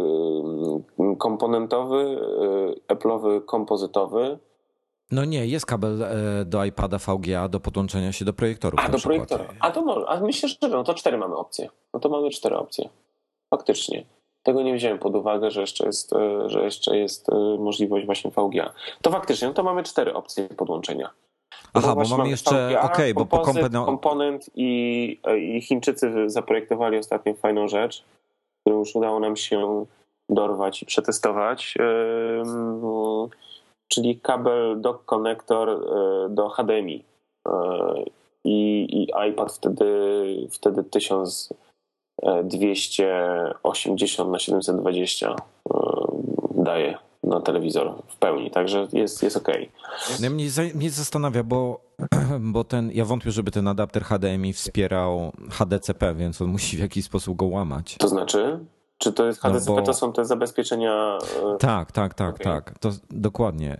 komponentowy, Apple'owy kompozytowy. No nie, jest kabel do iPada V G A do podłączenia się do projektorów. A, do projektora. A to może, a myślę, że no to cztery mamy opcje. No to mamy cztery opcje. Faktycznie. Tego nie wziąłem pod uwagę, że jeszcze jest, że jeszcze jest możliwość właśnie V G A. To faktycznie, no to mamy cztery opcje podłączenia. No Aha, bo, bo mamy jeszcze, okej, okay, bo po komponent... komponent i, i Chińczycy zaprojektowali ostatnio fajną rzecz, którą już udało nam się dorwać i przetestować. Yy, czyli kabel dock connector do H D M I i, i iPad wtedy, wtedy tysiąc dwieście osiemdziesiąt na siedemset dwadzieścia daje na telewizor w pełni, także jest, jest okej. Okay. Mnie, mnie zastanawia, bo, bo ten, ja wątpię, żeby ten adapter H D M I wspierał H D C P, więc on musi w jakiś sposób go łamać. To znaczy? Czy to jest H D C P, no bo... to są te zabezpieczenia? Tak, tak, tak, okay. tak. To dokładnie.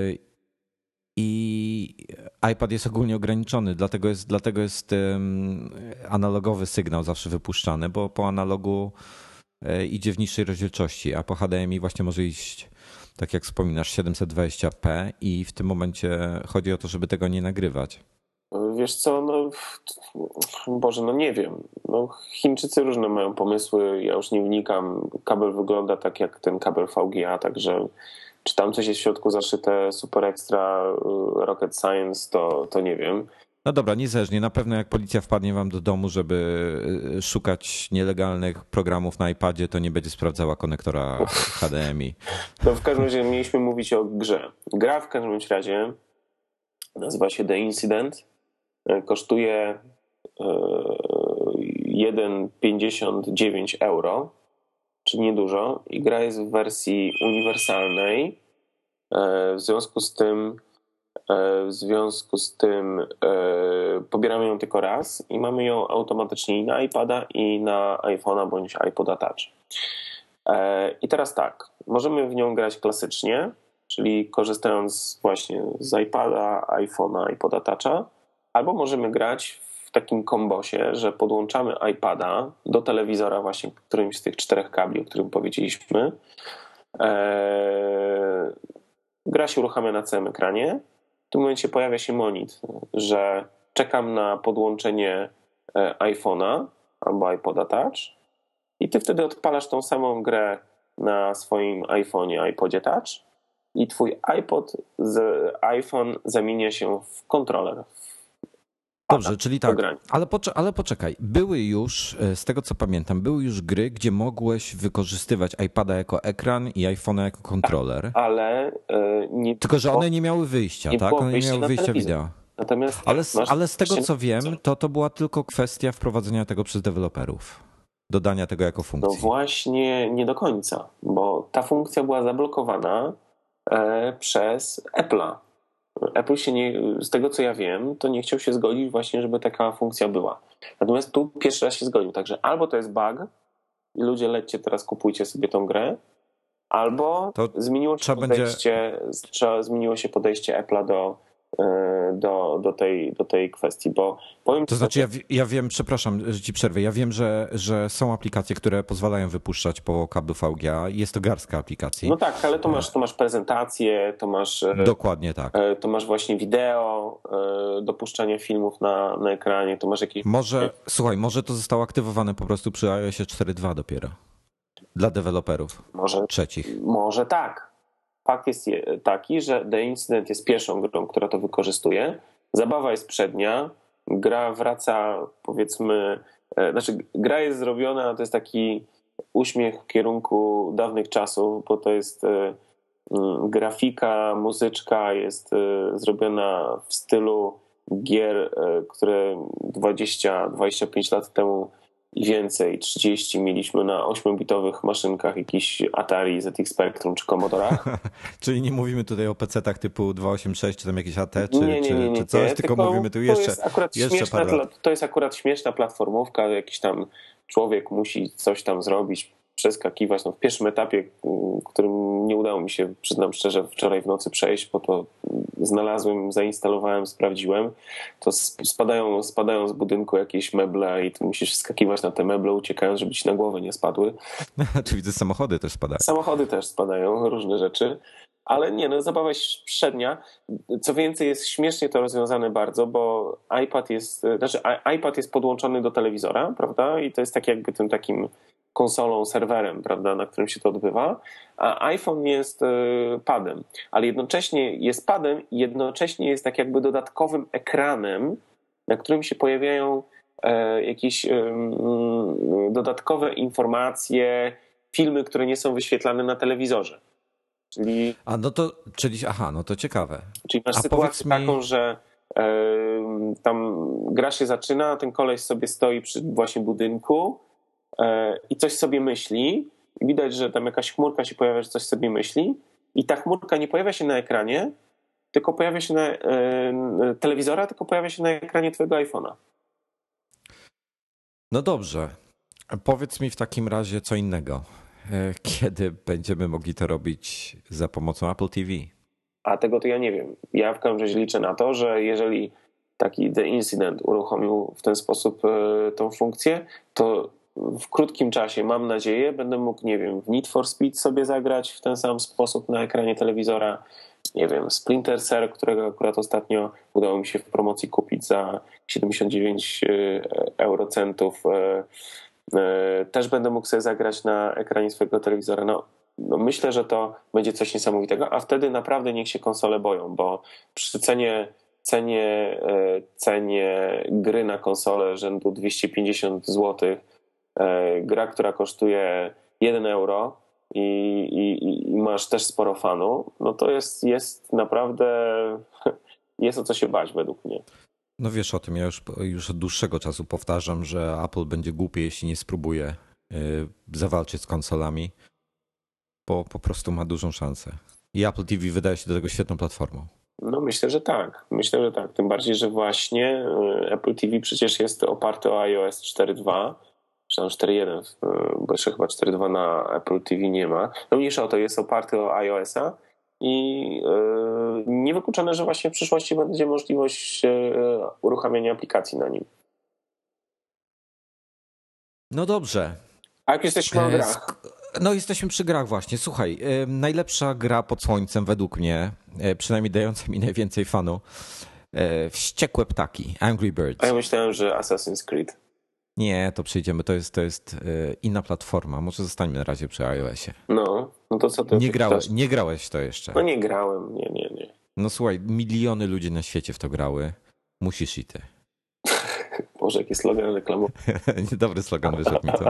I iPad jest ogólnie ograniczony, dlatego jest, dlatego jest analogowy sygnał zawsze wypuszczany, bo po analogu idzie w niższej rozdzielczości, a po H D M I właśnie może iść, tak jak wspominasz, siedemset dwadzieścia p i w tym momencie chodzi o to, żeby tego nie nagrywać. Wiesz co, no Boże, no nie wiem. No, Chińczycy różne mają pomysły, ja już nie wnikam. Kabel wygląda tak jak ten kabel V G A, także czy tam coś jest w środku zaszyte super extra rocket science, to, to nie wiem. No dobra, niezależnie. Na pewno jak policja wpadnie wam do domu, żeby szukać nielegalnych programów na iPadzie, to nie będzie sprawdzała konektora H D M I. No w każdym razie mieliśmy mówić o grze. Gra w każdym razie nazywa się The Incident. Kosztuje jeden przecinek pięćdziesiąt dziewięć euro, czyli niedużo. I gra jest w wersji uniwersalnej. W związku z tym W związku z tym pobieramy ją tylko raz i mamy ją automatycznie i na iPada, i na iPhone'a bądź iPoda Touch. I teraz tak, możemy w nią grać klasycznie, czyli korzystając właśnie z iPada, iPhone'a, iPoda Toucha, albo możemy grać w takim kombosie, że podłączamy iPada do telewizora właśnie którymś z tych czterech kabli, o którym powiedzieliśmy. Gra się uruchamia na całym ekranie. W tym momencie pojawia się monit, że czekam na podłączenie iPhone'a albo iPoda Touch i ty wtedy odpalasz tą samą grę na swoim iPhone'ie, iPodzie Touch i twój iPod z iPhone zamienia się w kontroler. Dobrze, czyli tak, ale, poczekaj, ale poczekaj, były już, z tego co pamiętam, były już gry, gdzie mogłeś wykorzystywać iPada jako ekran i iPhone'a jako kontroler. Ale nie Tylko, że one nie miały wyjścia, nie tak? One nie miały wyjścia wideo. Natomiast ale, ale z tego co wiem, to to była tylko kwestia wprowadzenia tego przez deweloperów. Dodania tego jako funkcji. No właśnie nie do końca, bo ta funkcja była zablokowana przez Apple'a. Apple się nie, z tego co ja wiem, to nie chciał się zgodzić właśnie, żeby taka funkcja była. Natomiast tu pierwszy raz się zgodził. Także albo to jest bug i ludzie lećcie teraz kupujcie sobie tą grę, albo to zmieniło się podejście, będzie... zmieniło się podejście Apple'a do, do, do, tej, do tej kwestii, bo powiem to znaczy ja, ja wiem, przepraszam, że ci przerwę, ja wiem, że, że są aplikacje, które pozwalają wypuszczać po kablu V G A i jest to garstka aplikacji. No tak, ale to masz, to masz prezentację, to masz dokładnie tak. To masz właśnie wideo, dopuszczanie filmów na, na ekranie, to masz jakieś... Może, słuchaj, może to zostało aktywowane po prostu przy iOSie cztery dwa dopiero dla deweloperów może, trzecich. Może tak. Fakt jest taki, że The Incident jest pierwszą grą, która to wykorzystuje. Zabawa jest przednia, gra wraca, powiedzmy, znaczy gra jest zrobiona, to jest taki uśmiech w kierunku dawnych czasów, bo to jest grafika, muzyczka jest zrobiona w stylu gier, które dwadzieścia dwadzieścia pięć lat temu i więcej, trzydzieści mieliśmy na ośmiobitowych maszynkach, jakiś Atari, Z X Spectrum czy Commodorach. Czyli nie mówimy tutaj o pecetach typu dwieście osiemdziesiąt sześć, czy tam jakieś A T, czy, nie, nie, nie, nie, czy coś, nie. tylko, tylko mówimy tu jeszcze, to jest akurat jeszcze śmieszna, To jest akurat śmieszna platformówka, jakiś tam człowiek musi coś tam zrobić, przeskakiwać. No, w pierwszym etapie, którym nie udało mi się, przyznam szczerze, wczoraj w nocy przejść, bo to znalazłem, zainstalowałem, sprawdziłem, to spadają, spadają z budynku jakieś meble i ty musisz wskakiwać na te meble, uciekając, żeby ci na głowę nie spadły. Czy widzę, samochody też spadają. Samochody też spadają, różne rzeczy. Ale nie, no zabawa jest przednia. Co więcej, jest śmiesznie to rozwiązane bardzo, bo iPad jest, znaczy iPad jest podłączony do telewizora, prawda? I to jest tak jakby tym takim konsolą, serwerem, prawda, na którym się to odbywa, a iPhone jest padem, ale jednocześnie jest padem i jednocześnie jest tak jakby dodatkowym ekranem, na którym się pojawiają jakieś dodatkowe informacje, filmy, które nie są wyświetlane na telewizorze. Czyli, a no to, czyli, aha, no to ciekawe. Czyli masz a sytuację mi... taką, że y, tam gra się zaczyna, a ten koleś sobie stoi przy właśnie budynku y, i coś sobie myśli. I widać, że tam jakaś chmurka się pojawia, że coś sobie myśli i ta chmurka nie pojawia się na ekranie, tylko pojawia się na y, telewizora, tylko pojawia się na ekranie twojego iPhone'a. No dobrze. Powiedz mi w takim razie co innego. Kiedy będziemy mogli to robić za pomocą Apple T V? A tego to ja nie wiem. Ja w każdym razie liczę na to, że jeżeli taki The Incident uruchomił w ten sposób tą funkcję, to w krótkim czasie, mam nadzieję, będę mógł, nie wiem, w Need for Speed sobie zagrać w ten sam sposób na ekranie telewizora. Nie wiem, Splinter Cell, którego akurat ostatnio udało mi się w promocji kupić za siedemdziesiąt dziewięć eurocentów. Też będę mógł sobie zagrać na ekranie swojego telewizora. No, no myślę, że to będzie coś niesamowitego, a wtedy naprawdę niech się konsole boją, bo przy cenie, cenie, cenie gry na konsolę rzędu dwieście pięćdziesiąt złotych, gra, która kosztuje jeden euro i, i, i masz też sporo fanu, no to jest, jest naprawdę, jest o co się bać według mnie. No wiesz o tym, ja już, już od dłuższego czasu powtarzam, że Apple będzie głupie, jeśli nie spróbuje yy, zawalczyć z konsolami, bo po prostu ma dużą szansę. I Apple T V wydaje się do tego świetną platformą. No myślę, że tak. Myślę, że tak. Tym bardziej, że właśnie Apple T V przecież jest oparte o iOS cztery dwa, czy tam cztery jeden, bo jeszcze chyba cztery dwa na Apple T V nie ma. No mniejsza o to, jest oparty o iOS-a i yy, niewykluczone, że właśnie w przyszłości będzie możliwość yy, uruchamiania aplikacji na nim. No dobrze. A jak jesteśmy o grach? No jesteśmy przy grach właśnie. Słuchaj, yy, najlepsza gra pod słońcem według mnie, yy, przynajmniej dająca mi najwięcej fanu, yy, Wściekłe ptaki, Angry Birds. A ja myślałem, że Assassin's Creed. Nie, to przejdziemy, to jest, to jest yy, inna platforma. Może zostańmy na razie przy iOSie. No, no to co ty? Nie, grałe, nie grałeś w to jeszcze. No nie grałem, nie, nie, nie. No słuchaj, miliony ludzi na świecie w to grały. Musisz i ty. Boże, jaki slogan reklamowy. Dobry slogan wyszedł mi to.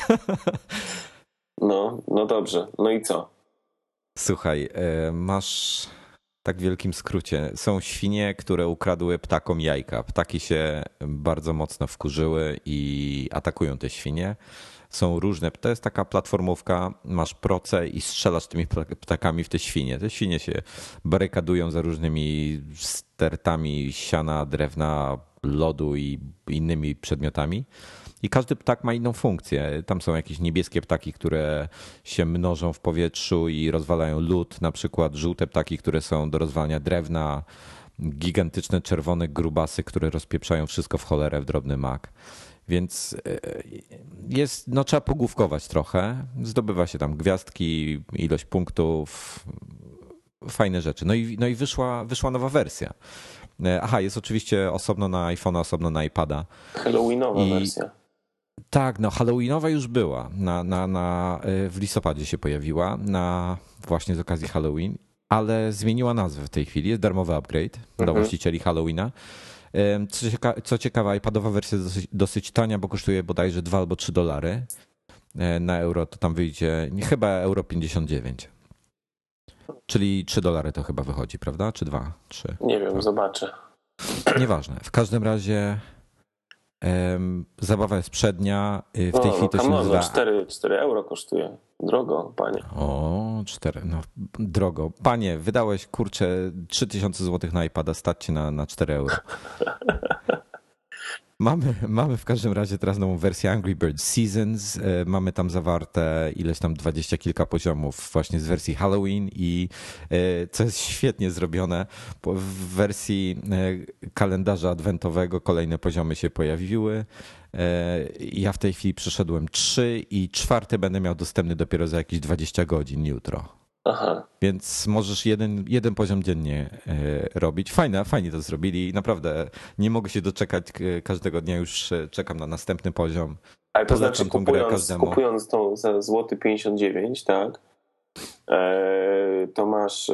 No, no dobrze. No i co? Słuchaj, masz tak w wielkim skrócie. Są świnie, które ukradły ptakom jajka. Ptaki się bardzo mocno wkurzyły i atakują te świnie. Są różne. To jest taka platformówka, masz proce i strzelasz tymi ptakami w te świnie. Te świnie się barykadują za różnymi stertami siana, drewna, lodu i innymi przedmiotami. I każdy ptak ma inną funkcję. Tam są jakieś niebieskie ptaki, które się mnożą w powietrzu i rozwalają lód, na przykład żółte ptaki, które są do rozwalania drewna, gigantyczne czerwone grubasy, które rozpieprzają wszystko w cholerę w drobny mak. Więc jest, no trzeba pogłówkować trochę. Zdobywa się tam gwiazdki, ilość punktów, fajne rzeczy. No i, no i wyszła, wyszła nowa wersja. Aha, jest oczywiście osobno na iPhone'a, osobno na iPada. Halloweenowa I... wersja. Tak, no Halloweenowa już była. Na, na, na, w listopadzie się pojawiła, na, właśnie z okazji Halloween, ale zmieniła nazwę w tej chwili. Jest darmowy upgrade mhm. dla właścicieli Halloweena. Co, cieka- co ciekawe, iPadowa wersja jest dosyć, dosyć tania, bo kosztuje bodajże dwa albo trzy dolary. Na euro to tam wyjdzie chyba euro pięćdziesiąt dziewięć. Czyli trzy dolary to chyba wychodzi, prawda? Czy dwa? trzy? Nie wiem, zobaczę. Nieważne. W każdym razie um, zabawa jest przednia. W tej no, chwili to się no, nazywa... cztery euro kosztuje. Drogo, panie. O, cztery, no drogo. Panie, wydałeś, kurczę, trzy tysiące złotych na iPada, stać cię na, na cztery euro. Mamy, mamy w każdym razie teraz nową wersję Angry Birds Seasons. Mamy tam zawarte ileś tam dwadzieścia kilka poziomów właśnie z wersji Halloween i co jest świetnie zrobione, w wersji kalendarza adwentowego kolejne poziomy się pojawiły. Ja w tej chwili przeszedłem trzy i czwarty będę miał dostępny dopiero za jakieś dwadzieścia godzin jutro. Aha. Więc możesz jeden, jeden poziom dziennie robić. Fajne, fajnie to zrobili. Naprawdę nie mogę się doczekać każdego dnia. Już czekam na następny poziom. Ale to znaczy kupując, kupując tą za złoty pięćdziesiąt dziewięć, tak, to masz,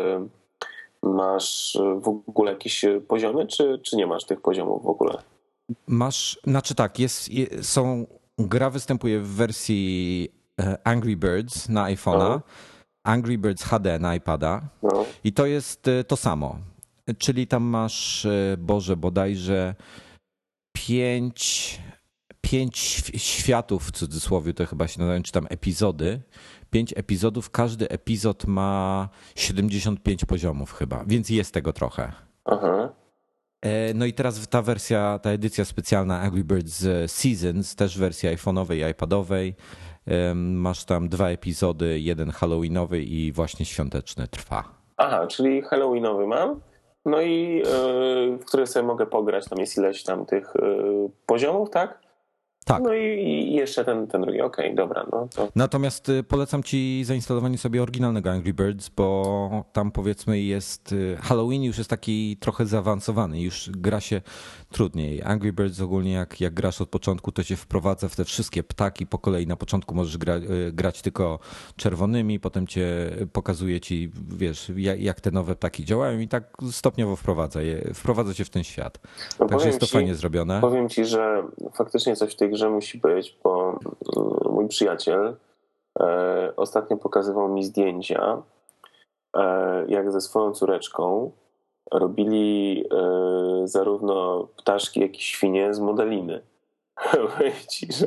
masz w ogóle jakieś poziomy, czy, czy nie masz tych poziomów w ogóle? Masz, znaczy tak, jest, są, gra występuje w wersji Angry Birds na iPhone'a. No. Angry Birds H D na iPada no. I to jest to samo. Czyli tam masz, Boże, bodajże pięć, pięć światów w cudzysłowie, to chyba się nazywa, czy tam epizody. Pięć epizodów, każdy epizod ma siedemdziesiąt pięć poziomów chyba, więc jest tego trochę. Aha. No i teraz ta wersja, ta edycja specjalna Angry Birds Seasons, też wersja iPhone'owej i iPadowej. Masz tam dwa epizody, jeden halloweenowy i właśnie świąteczny trwa. Aha, czyli halloweenowy mam, no i yy, w który sobie mogę pograć, tam jest ileś tam tych yy, poziomów, tak? Tak. No i, i jeszcze ten, ten drugi, okej, okay, dobra. No to... Natomiast polecam ci zainstalowanie sobie oryginalnego Angry Birds, bo tam powiedzmy jest, Halloween już jest taki trochę zaawansowany, już gra się trudniej. Angry Birds ogólnie jak, jak grasz od początku, to cię wprowadza w te wszystkie ptaki po kolei. Na początku możesz gra, grać tylko czerwonymi, potem cię pokazuje ci, wiesz, jak, jak te nowe ptaki działają i tak stopniowo wprowadza je, wprowadza cię w ten świat. No Także jest to ci, fajnie zrobione. Powiem ci, że faktycznie coś w tej grze musi być, bo mój przyjaciel e, ostatnio pokazywał mi zdjęcia, e, jak ze swoją córeczką robili e, zarówno ptaszki, jak i świnie z modeliny. Powiem ci, że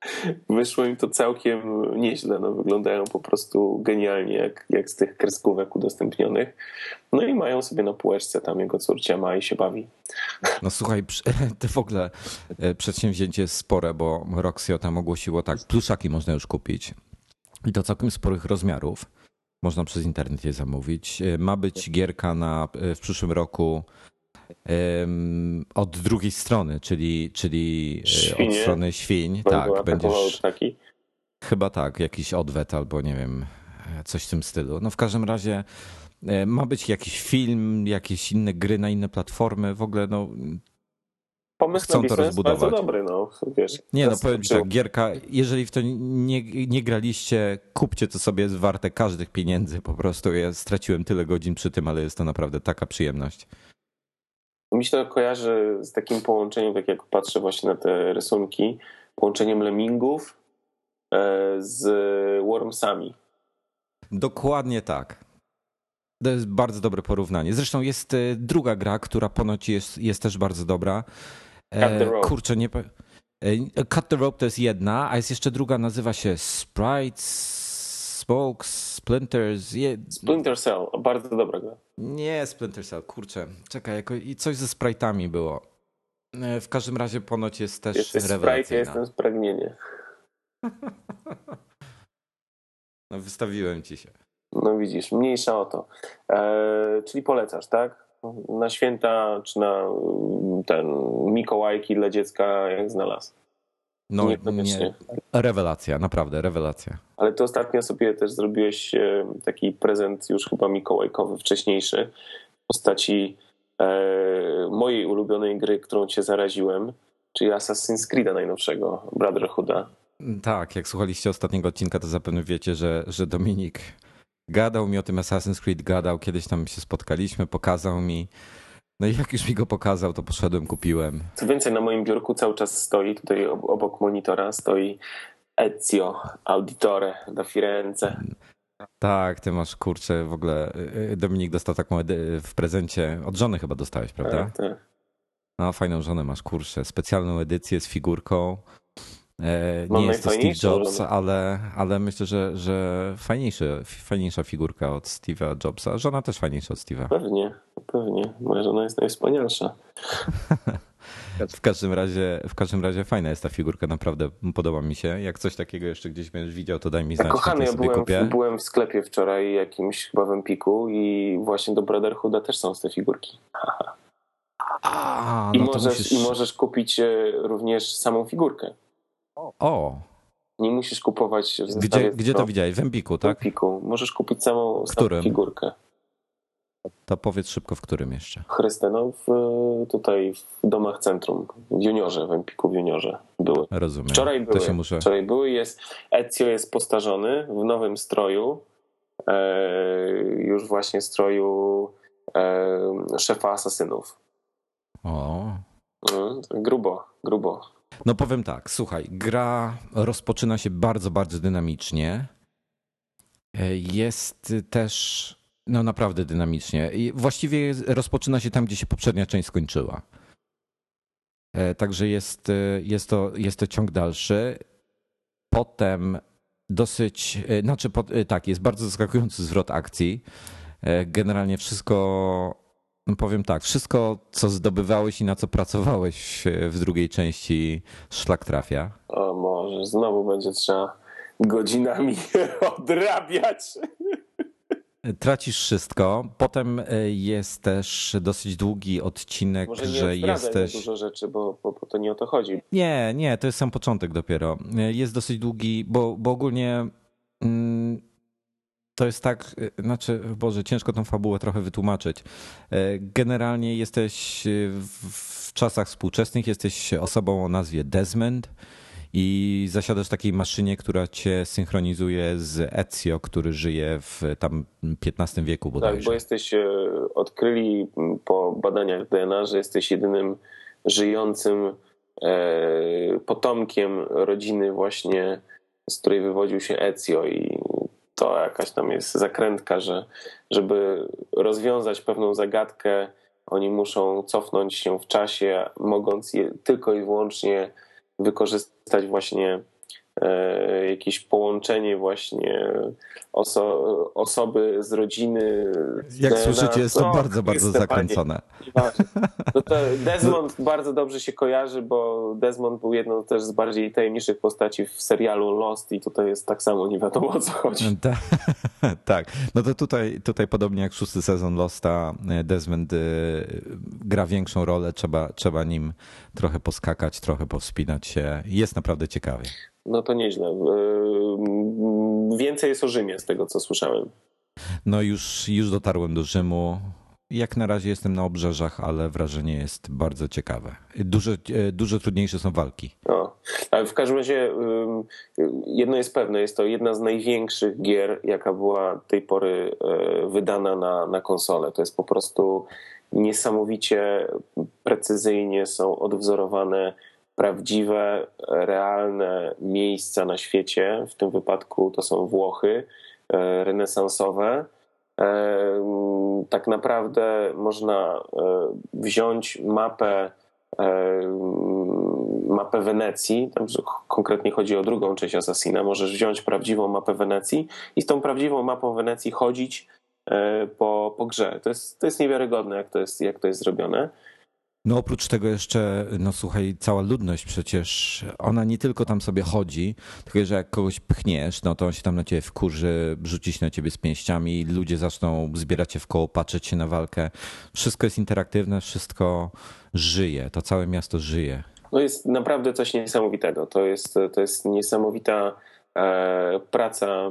wyszło im to całkiem nieźle. No, wyglądają po prostu genialnie, jak, jak z tych kreskówek udostępnionych. No i mają sobie na półeczce tam jego córcia ma i się bawi. No słuchaj, to w ogóle przedsięwzięcie jest spore, bo Roxio tam ogłosiło tak, pluszaki można już kupić i to całkiem sporych rozmiarów. Można przez internet je zamówić. Ma być gierka na, w przyszłym roku um, od drugiej strony, czyli, czyli Świnie. od strony świń. Będą tak, będziesz taki. Chyba tak, jakiś odwet albo nie wiem, coś w tym stylu. No w każdym razie ma być jakiś film, jakieś inne gry na inne platformy. W ogóle no pomysł chcą na to rozbudować. Bardzo dobry, no wiesz. Nie no, powiem ci tak, gierka, jeżeli w to nie, nie graliście, kupcie to sobie, jest warte każdych pieniędzy po prostu. Ja straciłem tyle godzin przy tym, ale jest to naprawdę taka przyjemność. Mi się to kojarzy z takim połączeniem, tak jak patrzę właśnie na te rysunki, połączeniem lemmingów z Wormsami. Dokładnie tak. To jest bardzo dobre porównanie. Zresztą jest druga gra, która ponoć jest, jest też bardzo dobra. Cut the Rope. Kurczę, nie... Cut the Rope to jest jedna, a jest jeszcze druga, nazywa się Sprites, Spokes, Splinters. Je... Splinter Cell, bardzo dobra gra. Nie, Splinter Cell, kurczę. Czekaj, jako... i coś ze sprite'ami było. W każdym razie ponoć jest też Jesteś rewelacyjna. Sprite, ja jestem spragnienie. No wystawiłem ci się. No widzisz, mniejsza o to. Eee, czyli polecasz, tak? Na święta czy na ten Mikołajki dla dziecka jak znalazł? No nie, rewelacja, naprawdę rewelacja. Ale ty ostatnio sobie też zrobiłeś taki prezent już chyba mikołajkowy, wcześniejszy, w postaci e, mojej ulubionej gry, którą cię zaraziłem, czyli Assassin's Creed'a najnowszego, Brotherhooda. Tak, jak słuchaliście ostatniego odcinka, to zapewne wiecie, że, że Dominik gadał mi o tym Assassin's Creed, gadał, kiedyś tam się spotkaliśmy, pokazał mi. No i jak już mi go pokazał, to poszedłem, kupiłem. Co więcej, na moim biurku cały czas stoi, tutaj obok monitora stoi Ezio Auditore da Firenze. Tak, ty masz, kurczę, w ogóle Dominik dostał taką w prezencie, od żony chyba dostałeś, prawda? Tak, tak. No fajną żonę masz, kurczę, specjalną edycję z figurką. Mam nie jest to Steve Jobs, ale, ale myślę, że, że fajniejszy, fajniejsza figurka od Steve'a Jobsa. Żona też fajniejsza od Steve'a. Pewnie, pewnie. Moja żona jest najwspanialsza. W każdym razie, w każdym razie fajna jest ta figurka, naprawdę podoba mi się. Jak coś takiego jeszcze gdzieś będziesz widział, to daj mi znać. Kochany, ja byłem, byłem w sklepie wczoraj jakimś chyba w Empiku i właśnie do Brotherhooda też są te figurki. A, I, no możesz, musisz... I możesz kupić również samą figurkę. O! Nie musisz kupować w Gdzie, gdzie to widziałeś? W Empiku, tak? W Empiku. Możesz kupić samą, samą figurkę. To powiedz szybko, w którym jeszcze? Chryste, no w, tutaj w domach centrum, w Juniorze, w Empiku w Juniorze były. Rozumiem. Wczoraj były, to się muszę... wczoraj były jest, Ezio jest postarzony w nowym stroju, e, już właśnie stroju e, szefa asasynów. O. Mm, grubo, grubo. No powiem tak, słuchaj, gra rozpoczyna się bardzo, bardzo dynamicznie. Jest też, no naprawdę dynamicznie. I właściwie rozpoczyna się tam, gdzie się poprzednia część skończyła. Także jest, jest, to, jest to ciąg dalszy. Potem dosyć, znaczy tak, jest bardzo zaskakujący zwrot akcji. Generalnie wszystko... No powiem tak, wszystko co zdobywałeś i na co pracowałeś w drugiej części szlak trafia. O może, znowu będzie trzeba godzinami odrabiać. Tracisz wszystko. Potem jest też dosyć długi odcinek, może nie że jesteś... dużo rzeczy, bo, bo, bo to nie o to chodzi. Nie, nie, to jest sam początek dopiero. Jest dosyć długi, bo, bo ogólnie... Mm, to jest tak, znaczy, Boże, ciężko tą fabułę trochę wytłumaczyć. Generalnie jesteś w czasach współczesnych, jesteś osobą o nazwie Desmond i zasiadasz w takiej maszynie, która cię synchronizuje z Ezio, który żyje w tam piętnastym wieku bodajże. Tak, bo jesteś, odkryli po badaniach D N A, że jesteś jedynym żyjącym potomkiem rodziny właśnie, z której wywodził się Ezio i to jakaś tam jest zakrętka, że żeby rozwiązać pewną zagadkę, oni muszą cofnąć się w czasie, mogąc je tylko i wyłącznie wykorzystać właśnie jakieś połączenie właśnie oso- osoby z rodziny. Jak na, słyszycie, jest to no, bardzo, bardzo zakręcone. No to Desmond no. bardzo dobrze się kojarzy, bo Desmond był jedną też z bardziej tajemniczych postaci w serialu Lost i tutaj jest tak samo, nie wiadomo o co chodzi. Ta, tak, no to tutaj, tutaj podobnie jak szósty sezon Losta, Desmond gra większą rolę, trzeba, trzeba nim trochę poskakać, trochę powspinać się. Jest naprawdę ciekawie. No to nieźle. Więcej jest o Rzymie z tego, co słyszałem. No już, już dotarłem do Rzymu. Jak na razie jestem na obrzeżach, ale wrażenie jest bardzo ciekawe. Dużo, dużo trudniejsze są walki. No, ale w każdym razie jedno jest pewne, jest to jedna z największych gier, jaka była do tej pory wydana na, na konsolę. To jest po prostu niesamowicie precyzyjnie są odwzorowane prawdziwe, realne miejsca na świecie. W tym wypadku to są Włochy renesansowe. Tak naprawdę można wziąć mapę mapę Wenecji, tam konkretnie chodzi o drugą część Assassina, możesz wziąć prawdziwą mapę Wenecji i z tą prawdziwą mapą Wenecji chodzić po, po grze. To jest, to jest niewiarygodne, jak to jest, jak to jest zrobione. No oprócz tego jeszcze, no słuchaj, cała ludność przecież, ona nie tylko tam sobie chodzi, tylko że jak kogoś pchniesz, no to on się tam na ciebie wkurzy, rzuci się na ciebie z pięściami, ludzie zaczną zbierać się w koło, patrzeć się na walkę. Wszystko jest interaktywne, wszystko żyje, to całe miasto żyje. No jest naprawdę coś niesamowitego. To jest, to jest niesamowita e, praca e,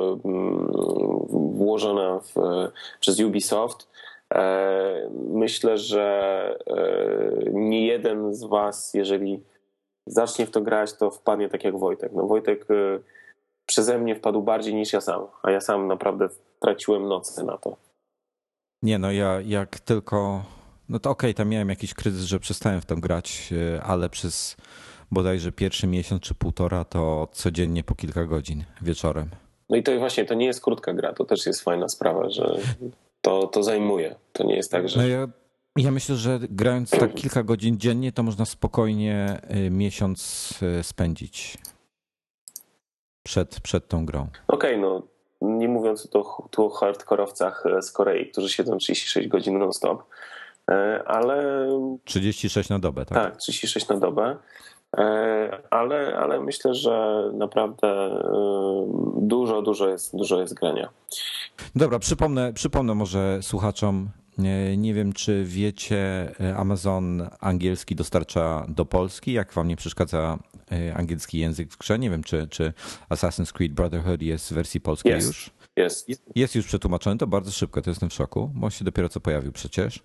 włożona w, przez Ubisoft. Myślę, że nie jeden z was, jeżeli zacznie w to grać, to wpadnie tak jak Wojtek. No Wojtek przeze mnie wpadł bardziej niż ja sam, a ja sam naprawdę traciłem noce na to. Nie no, ja jak tylko, no to okej, okay, tam miałem jakiś kryzys, że przestałem w to grać, ale przez bodajże pierwszy miesiąc czy półtora to codziennie po kilka godzin wieczorem. No i to właśnie, to nie jest krótka gra, to też jest fajna sprawa, że to, to zajmuje. To nie jest tak, że... No ja, ja myślę, że grając tak kilka godzin dziennie, to można spokojnie miesiąc spędzić przed, przed tą grą. Okej, okay, no nie mówiąc tu, tu o hardkorowcach z Korei, którzy siedzą trzydzieści sześć godzin non-stop, ale... trzydzieści sześć na dobę, tak? Tak, trzydzieści sześć na dobę. Ale, ale myślę, że naprawdę dużo, dużo jest, dużo jest grania. Dobra, przypomnę, przypomnę może słuchaczom, nie, nie wiem czy wiecie, Amazon angielski dostarcza do Polski, jak wam nie przeszkadza angielski język w grze, nie wiem czy, czy Assassin's Creed Brotherhood jest w wersji polskiej jest, już? Jest. Jest już przetłumaczony, to bardzo szybko, to jestem w szoku, bo się dopiero co pojawił przecież.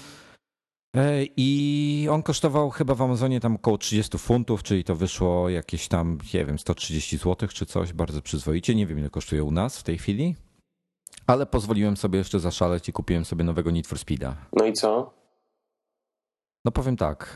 I on kosztował chyba w Amazonie tam około trzydzieści funtów, czyli to wyszło jakieś tam, nie wiem, sto trzydzieści złotych czy coś, bardzo przyzwoicie. Nie wiem, ile kosztuje u nas w tej chwili, ale pozwoliłem sobie jeszcze zaszaleć i kupiłem sobie nowego Need for Speeda. No i co? No powiem tak.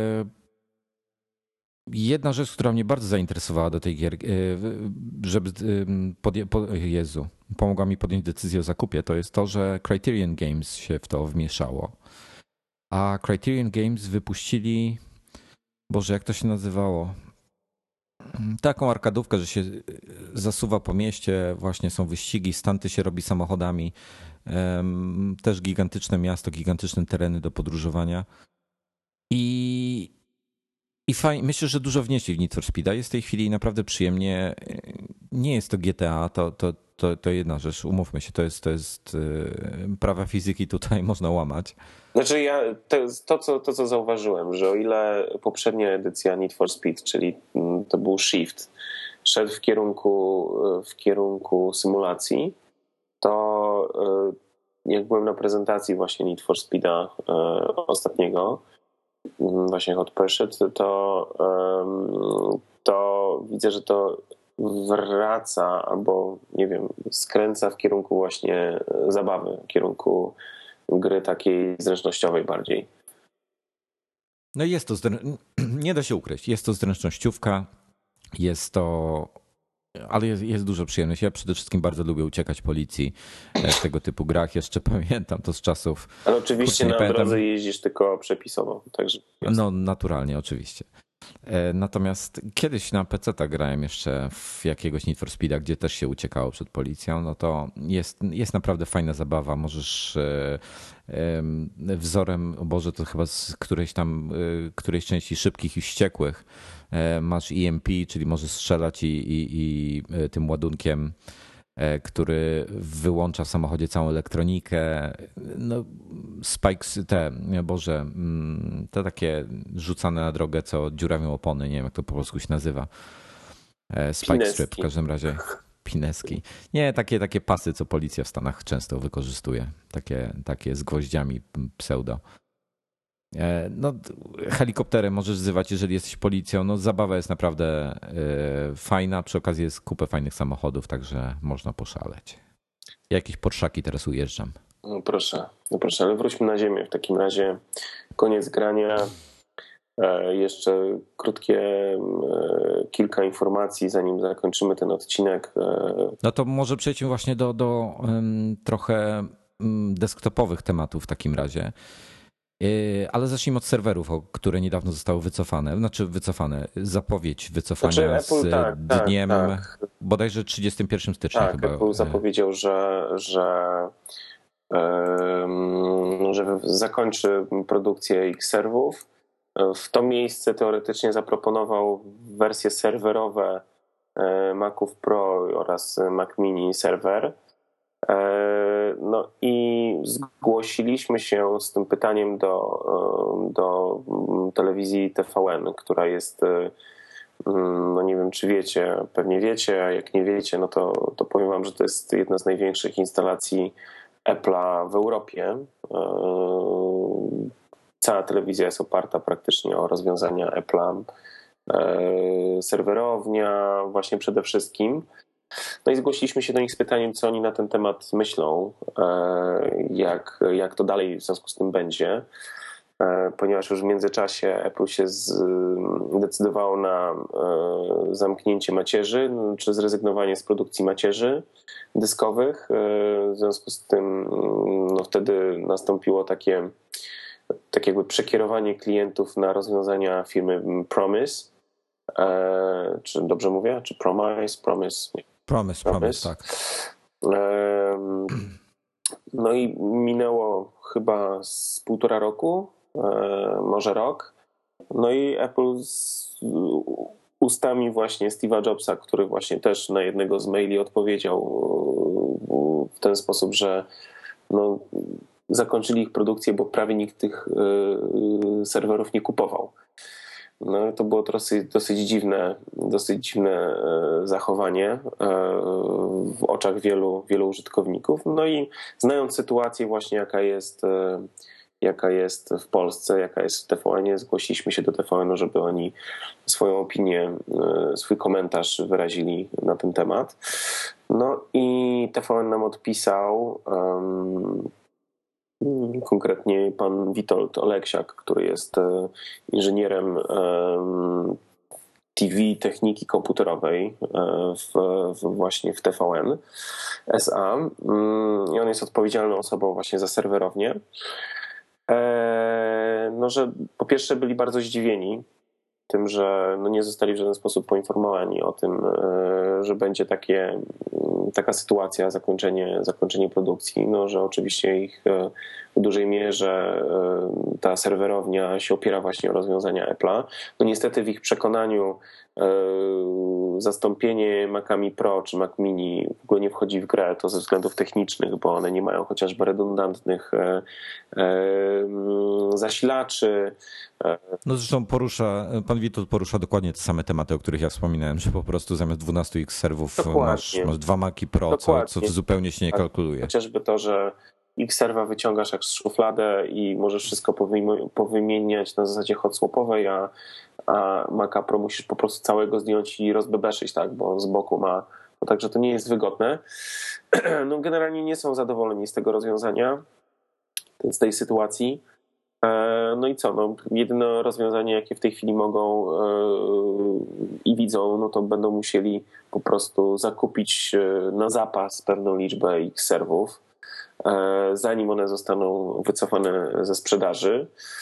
Jedna rzecz, która mnie bardzo zainteresowała do tej gier, żeby podję, po, Jezu, pomogła mi podjąć decyzję o zakupie, to jest to, że Criterion Games się w to wmieszało. A Criterion Games wypuścili, Boże, jak to się nazywało? Taką arkadówkę, że się zasuwa po mieście, właśnie są wyścigi, stunty się robi samochodami. Też gigantyczne miasto, gigantyczne tereny do podróżowania. I, i fajnie, myślę, że dużo wnieśli w Need for Speeda. Jest w tej chwili naprawdę przyjemnie. Nie jest to G T A, to, to, to, to jedna rzecz, umówmy się, to jest, to jest prawa fizyki tutaj można łamać. Znaczy ja, to, to, co, to co zauważyłem, że o ile poprzednia edycja Need for Speed, czyli to był Shift, szedł w kierunku, w kierunku symulacji, to jak byłem na prezentacji właśnie Need for Speeda ostatniego, właśnie Hot Pursuit, to, to widzę, że to wraca albo nie wiem, skręca w kierunku właśnie zabawy, w kierunku gry takiej zręcznościowej bardziej. No jest to, nie da się ukryć, jest to zręcznościówka, jest to, ale jest, jest dużo przyjemności. Ja przede wszystkim bardzo lubię uciekać policji w tego typu grach, jeszcze pamiętam to z czasów. Ale oczywiście Kurczę, na pamiętam. drodze jeździsz tylko przepisowo, także. No naturalnie, oczywiście. Natomiast kiedyś na peceta grałem jeszcze w jakiegoś Need for Speeda, gdzie też się uciekało przed policją, no to jest, jest naprawdę fajna zabawa. Możesz wzorem, o Boże, to chyba z którejś tam, którejś części Szybkich i Wściekłych masz E M P, czyli możesz strzelać i, i, i tym ładunkiem, który wyłącza w samochodzie całą elektronikę. No, spikes, te, Boże, te takie rzucane na drogę, co dziurawią opony, nie wiem jak to po polsku się nazywa. Spike Pineski. strip w każdym razie. Pineski. Nie, takie, takie pasy, co policja w Stanach często wykorzystuje. Takie, takie z gwoździami pseudo. No, helikopterem możesz wzywać, jeżeli jesteś policją. No, zabawa jest naprawdę fajna. Przy okazji jest kupę fajnych samochodów, także można poszaleć. Jakieś Porszaki teraz ujeżdżam. No proszę, no proszę, ale wróćmy na ziemię. W takim razie koniec grania. Jeszcze krótkie kilka informacji, zanim zakończymy ten odcinek. No to może przejdźmy właśnie do, do um, trochę desktopowych tematów w takim razie. Ale zacznijmy od serwerów, które niedawno zostały wycofane. Znaczy wycofane, zapowiedź wycofania znaczy, Apple, z tak, dniem tak, tak. bodajże trzydziestego pierwszego stycznia tak, chyba. Apple zapowiedział, że, że, um, że zakończy produkcję X-serwów. W to miejsce teoretycznie zaproponował wersje serwerowe Maców Pro oraz Mac Mini Server. No i zgłosiliśmy się z tym pytaniem do, do telewizji T V N, która jest, no nie wiem czy wiecie, pewnie wiecie, a jak nie wiecie, no to, to powiem wam, że to jest jedna z największych instalacji Apple'a w Europie. Cała telewizja jest oparta praktycznie o rozwiązania Apple'a, serwerownia właśnie przede wszystkim. No i zgłosiliśmy się do nich z pytaniem, co oni na ten temat myślą, jak, jak to dalej w związku z tym będzie, ponieważ już w międzyczasie Apple się zdecydowało na zamknięcie macierzy, czy zrezygnowanie z produkcji macierzy dyskowych. W związku z tym no wtedy nastąpiło takie, tak jakby przekierowanie klientów na rozwiązania firmy Promise. Czy dobrze mówię? Czy Promise? Promise? Nie. Promise, promise, tak. No i minęło chyba z półtora roku, może rok. No i Apple z ustami właśnie Steve'a Jobsa, który właśnie też na jednego z maili odpowiedział w ten sposób, że no, zakończyli ich produkcję, bo prawie nikt tych serwerów nie kupował. No, to było dosyć, dosyć dziwne, dosyć dziwne zachowanie w oczach wielu, wielu użytkowników. No i znając sytuację właśnie jaka jest, jaka jest w Polsce, jaka jest w T V N-ie, zgłosiliśmy się do T V N-u, żeby oni swoją opinię, swój komentarz wyrazili na ten temat. No i T V N nam odpisał, um, konkretnie pan Witold Oleksiak, który jest inżynierem T V techniki komputerowej w, w właśnie w T V N S A i on jest odpowiedzialną osobą właśnie za serwerownię. No, że po pierwsze byli bardzo zdziwieni tym, że no nie zostali w żaden sposób poinformowani o tym, że będzie takie, taka sytuacja, zakończenie, zakończenie produkcji, no, że oczywiście ich w dużej mierze ta serwerownia się opiera właśnie o rozwiązania Apple'a. No niestety w ich przekonaniu zastąpienie Macami Pro czy Mac Mini w ogóle nie wchodzi w grę, to ze względów technicznych, bo one nie mają chociażby redundantnych zasilaczy. No zresztą porusza, pan Witold porusza dokładnie te same tematy, o których ja wspominałem, że po prostu zamiast dwunastu X serwów masz, masz dwa Maci Pro, co, co zupełnie się nie kalkuluje. Chociażby to, że X-serwa wyciągasz jak z szufladę i możesz wszystko powymieniać na zasadzie hot-swapowej, a, a Maca Pro musisz po prostu całego zdjąć i rozbebeszyć, tak, bo z boku ma, no także to nie jest wygodne. No generalnie nie są zadowoleni z tego rozwiązania, z tej sytuacji. No i co, no, jedyne rozwiązanie, jakie w tej chwili mogą yy, i widzą, no to będą musieli po prostu zakupić na zapas pewną liczbę X-serwów, zanim one zostaną wycofane ze sprzedaży.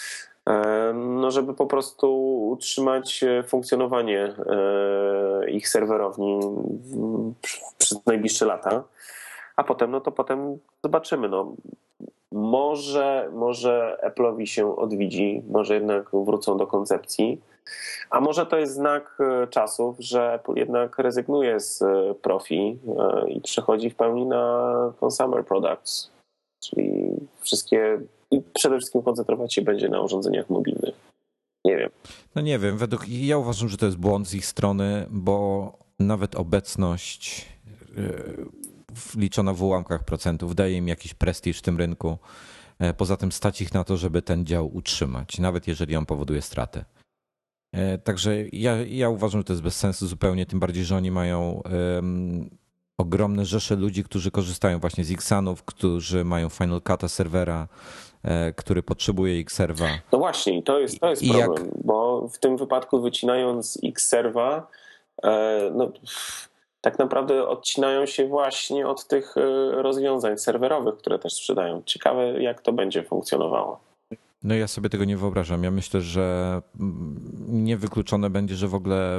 no żeby po prostu utrzymać funkcjonowanie ich serwerowni przez najbliższe lata, a potem, no to potem zobaczymy. No, może, może Apple'owi się odwiedzi, może jednak wrócą do koncepcji, a może to jest znak czasów, że Apple jednak rezygnuje z profi i przechodzi w pełni na consumer products, czyli wszystkie i przede wszystkim koncentrować się będzie na urządzeniach mobilnych. Nie wiem. No nie wiem, według ja uważam, że to jest błąd z ich strony, bo nawet obecność liczona w ułamkach procentów daje im jakiś prestiż w tym rynku. Poza tym stać ich na to, żeby ten dział utrzymać, nawet jeżeli on powoduje straty. Także ja, ja uważam, że to jest bez sensu zupełnie, tym bardziej, że oni mają um, ogromne rzesze ludzi, którzy korzystają właśnie z Xanów, którzy mają Final Cut'a serwera, który potrzebuje Xserva. No właśnie, i to jest, to jest problem, jak... bo w tym wypadku wycinając Xserva, no, tak naprawdę odcinają się właśnie od tych rozwiązań serwerowych, które też sprzedają. Ciekawe, jak to będzie funkcjonowało. No ja sobie tego nie wyobrażam. Ja myślę, że niewykluczone będzie, że w ogóle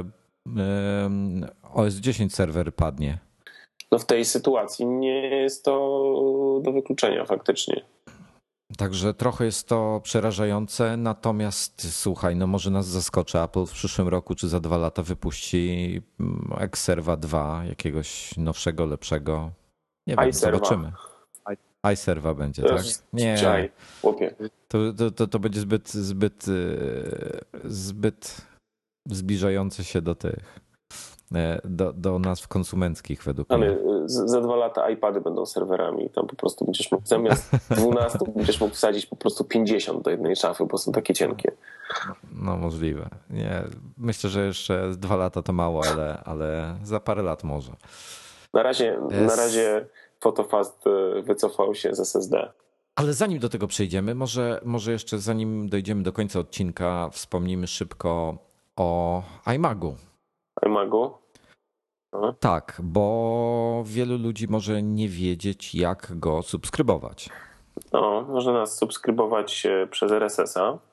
O S dziesięć serwer padnie. No w tej sytuacji nie jest to do wykluczenia faktycznie. Także trochę jest to przerażające, natomiast słuchaj, no może nas zaskoczy Apple w przyszłym roku czy za dwa lata wypuści Xserva dwa, jakiegoś nowszego, lepszego. Nie wiem, iServa. Zobaczymy. iServa będzie, tak? Nie, to, to, to, to będzie zbyt, zbyt, zbyt zbliżające się do tych, do, do nazw konsumenckich według Ale mnie. za dwa lata iPady będą serwerami. Tam po prostu będziesz mógł zamiast dwunastu będziesz mógł wsadzić po prostu pięćdziesiąt do jednej szafy, bo są takie cienkie. No możliwe. Nie, myślę, że jeszcze dwa lata to mało, ale, ale za parę lat może. Na razie, na razie PhotoFast wycofał się z S S D. Ale zanim do tego przejdziemy, może, może jeszcze zanim dojdziemy do końca odcinka, wspomnimy szybko o iMagu. iMagu? Aha. Tak, bo wielu ludzi może nie wiedzieć, jak go subskrybować. No, można nas subskrybować przez R S S a.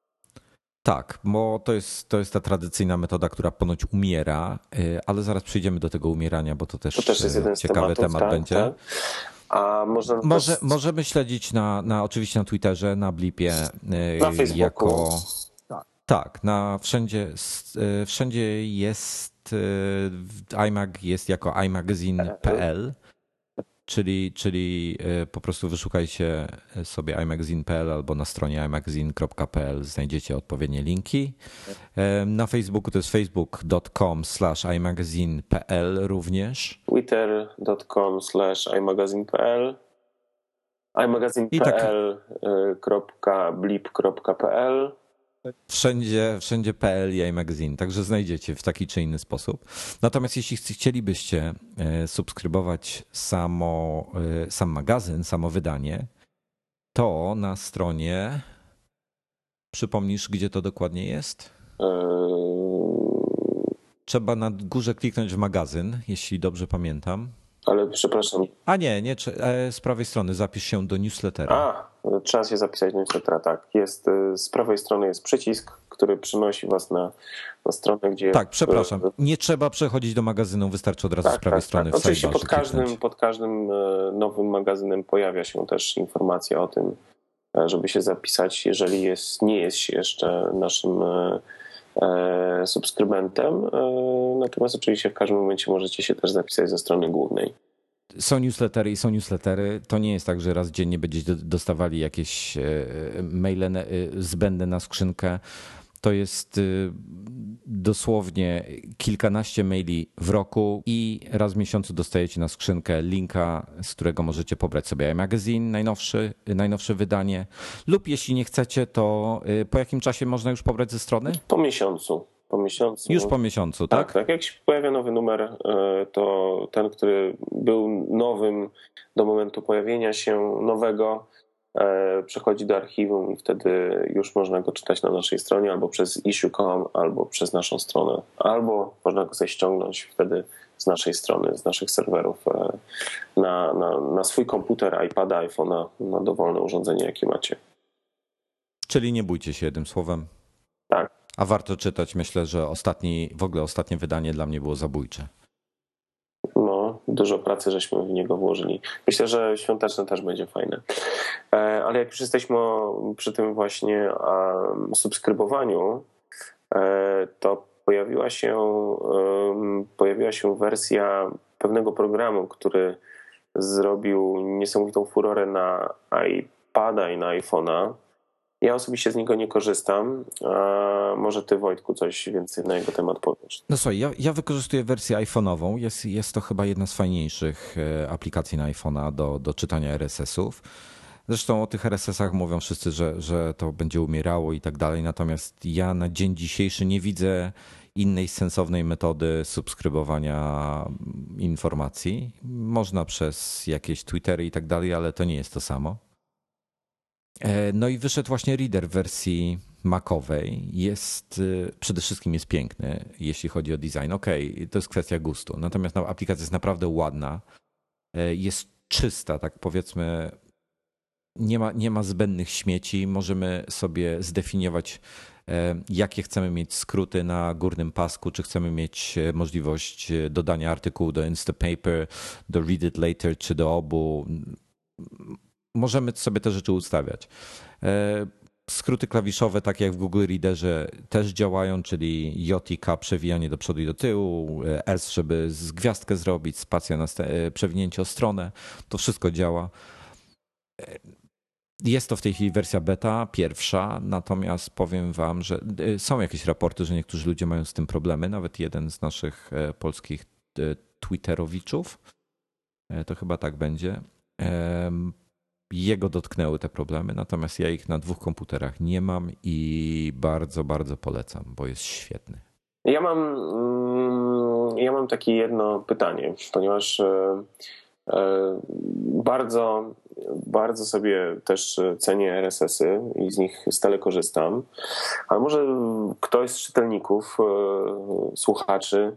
Tak, bo to jest, to jest ta tradycyjna metoda, która ponoć umiera, ale zaraz przejdziemy do tego umierania, bo to też, to też jest jeden z ciekawy tematów, temat tak, będzie. Tak. A można Może, też... Możemy śledzić na, na oczywiście na Twitterze, na Blipie, na Facebooku. Jako tak, na wszędzie, wszędzie jest iMag jest jako iMagazine kropka p l, czyli, czyli po prostu wyszukajcie sobie iMagazine kropka p l albo na stronie imagazine kropka p l znajdziecie odpowiednie linki. Na Facebooku to jest facebook kropka com slash imagazine kropka p l również. twitter kropka com slash imagazine kropka p l imagazine kropka p l kropka blip kropka p l Wszędzie, wszędzie P L i iMagazine, także znajdziecie w taki czy inny sposób. Natomiast jeśli chcielibyście subskrybować samo, sam magazyn, samo wydanie, to na stronie, przypomnisz, gdzie to dokładnie jest? Trzeba na górze kliknąć w magazyn, jeśli dobrze pamiętam. Ale przepraszam. A nie, nie, z prawej strony zapisz się do newslettera. A, trzeba się zapisać do newslettera, tak. Jest, z prawej strony jest przycisk, który przynosi was na, na stronę, gdzie... Tak, przepraszam. Nie trzeba przechodzić do magazynu, wystarczy od razu tak, z prawej tak, strony tak. w Oczywiście pod kliknąć. każdym, pod każdym nowym magazynem pojawia się też informacja o tym, żeby się zapisać, jeżeli jest, nie jest jeszcze naszym subskrybentem. Natomiast oczywiście w każdym momencie możecie się też zapisać ze strony głównej. Są newslettery i są newslettery. To nie jest tak, że raz dziennie będziecie dostawali jakieś maile zbędne na skrzynkę. To jest dosłownie kilkanaście maili w roku i raz w miesiącu dostajecie na skrzynkę linka, z którego możecie pobrać sobie iMagazine, najnowszy, najnowsze wydanie. Lub jeśli nie chcecie, to po jakim czasie można już pobrać ze strony? Po miesiącu. Po miesiącu. Już po miesiącu, tak? Tak, tak. Jak się pojawia nowy numer, to ten, który był nowym do momentu pojawienia się nowego, przechodzi do archiwum i wtedy już można go czytać na naszej stronie albo przez issue kropka com, albo przez naszą stronę, albo można go sobie ściągnąć wtedy z naszej strony, z naszych serwerów na, na, na swój komputer, iPada, iPhone'a, na dowolne urządzenie, jakie macie. Czyli nie bójcie się, jednym słowem. Tak. A warto czytać. Myślę, że ostatni, w ogóle ostatnie wydanie dla mnie było zabójcze. No, dużo pracy żeśmy w niego włożyli. Myślę, że świąteczne też będzie fajne. Ale jak już jesteśmy przy tym właśnie subskrybowaniu, to pojawiła się, pojawiła się wersja pewnego programu, który zrobił niesamowitą furorę na iPada i na iPhone'a. Ja osobiście z niego nie korzystam. A może ty, Wojtku, coś więcej na jego temat powiesz? No słuchaj, ja, ja wykorzystuję wersję iPhone'ową. Jest, jest to chyba jedna z fajniejszych aplikacji na iPhone'a do, do czytania er es esów. Zresztą o tych er es esach mówią wszyscy, że, że to będzie umierało i tak dalej. Natomiast ja na dzień dzisiejszy nie widzę innej sensownej metody subskrybowania informacji. Można przez jakieś Twittery i tak dalej, ale to nie jest to samo. No i wyszedł właśnie Reader w wersji macowej. Jest, przede wszystkim jest piękny, jeśli chodzi o design. Okej, okay, to jest kwestia gustu. Natomiast no, aplikacja jest naprawdę ładna. Jest czysta, tak powiedzmy. Nie ma, nie ma zbędnych śmieci. Możemy sobie zdefiniować, jakie chcemy mieć skróty na górnym pasku, czy chcemy mieć możliwość dodania artykułu do Instapaper, do Read It Later, czy do obu. Możemy sobie te rzeczy ustawiać. Skróty klawiszowe, takie jak w Google Readerze, też działają, czyli J i K przewijanie do przodu i do tyłu, S, żeby z gwiazdkę zrobić, spacja na przewinięcie o stronę. To wszystko działa. Jest to w tej chwili wersja beta, pierwsza, natomiast powiem wam, że są jakieś raporty, że niektórzy ludzie mają z tym problemy. Nawet jeden z naszych polskich twitterowiczów, to chyba tak będzie, jego dotknęły te problemy, natomiast ja ich na dwóch komputerach nie mam i bardzo, bardzo polecam, bo jest świetny. Ja mam, ja mam takie jedno pytanie, ponieważ bardzo, bardzo sobie też cenię er es esy i z nich stale korzystam, ale może ktoś z czytelników, słuchaczy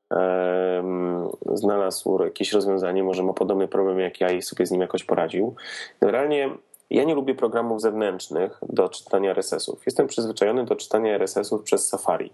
znalazł jakieś rozwiązanie, może ma podobny problem jak ja i sobie z nim jakoś poradził. Generalnie ja nie lubię programów zewnętrznych do czytania er es esów. Jestem przyzwyczajony do czytania er es esów przez Safari.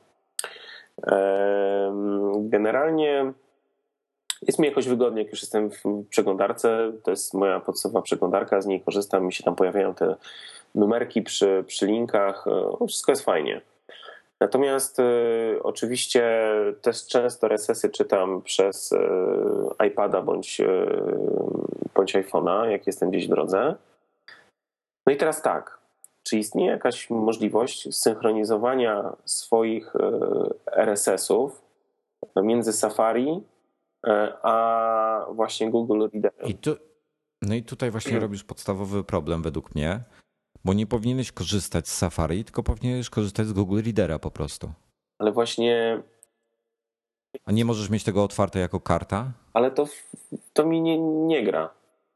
Generalnie jest mi jakoś wygodnie, jak już jestem w przeglądarce. To jest moja podstawowa przeglądarka, z niej korzystam, mi się tam pojawiają te numerki przy, przy linkach. Wszystko jest fajnie. Natomiast y, oczywiście też często er es esy czytam przez y, iPada bądź, y, bądź iPhone'a, jak jestem gdzieś w drodze. No i teraz tak, czy istnieje jakaś możliwość synchronizowania swoich y, er es esów między Safari y, a właśnie Google Readerem? I tu, no i tutaj właśnie robisz podstawowy problem według mnie. Bo nie powinieneś korzystać z Safari, tylko powinieneś korzystać z Google Readera po prostu. Ale właśnie... A nie możesz mieć tego otwarte jako karta? Ale to, to mi nie, nie gra.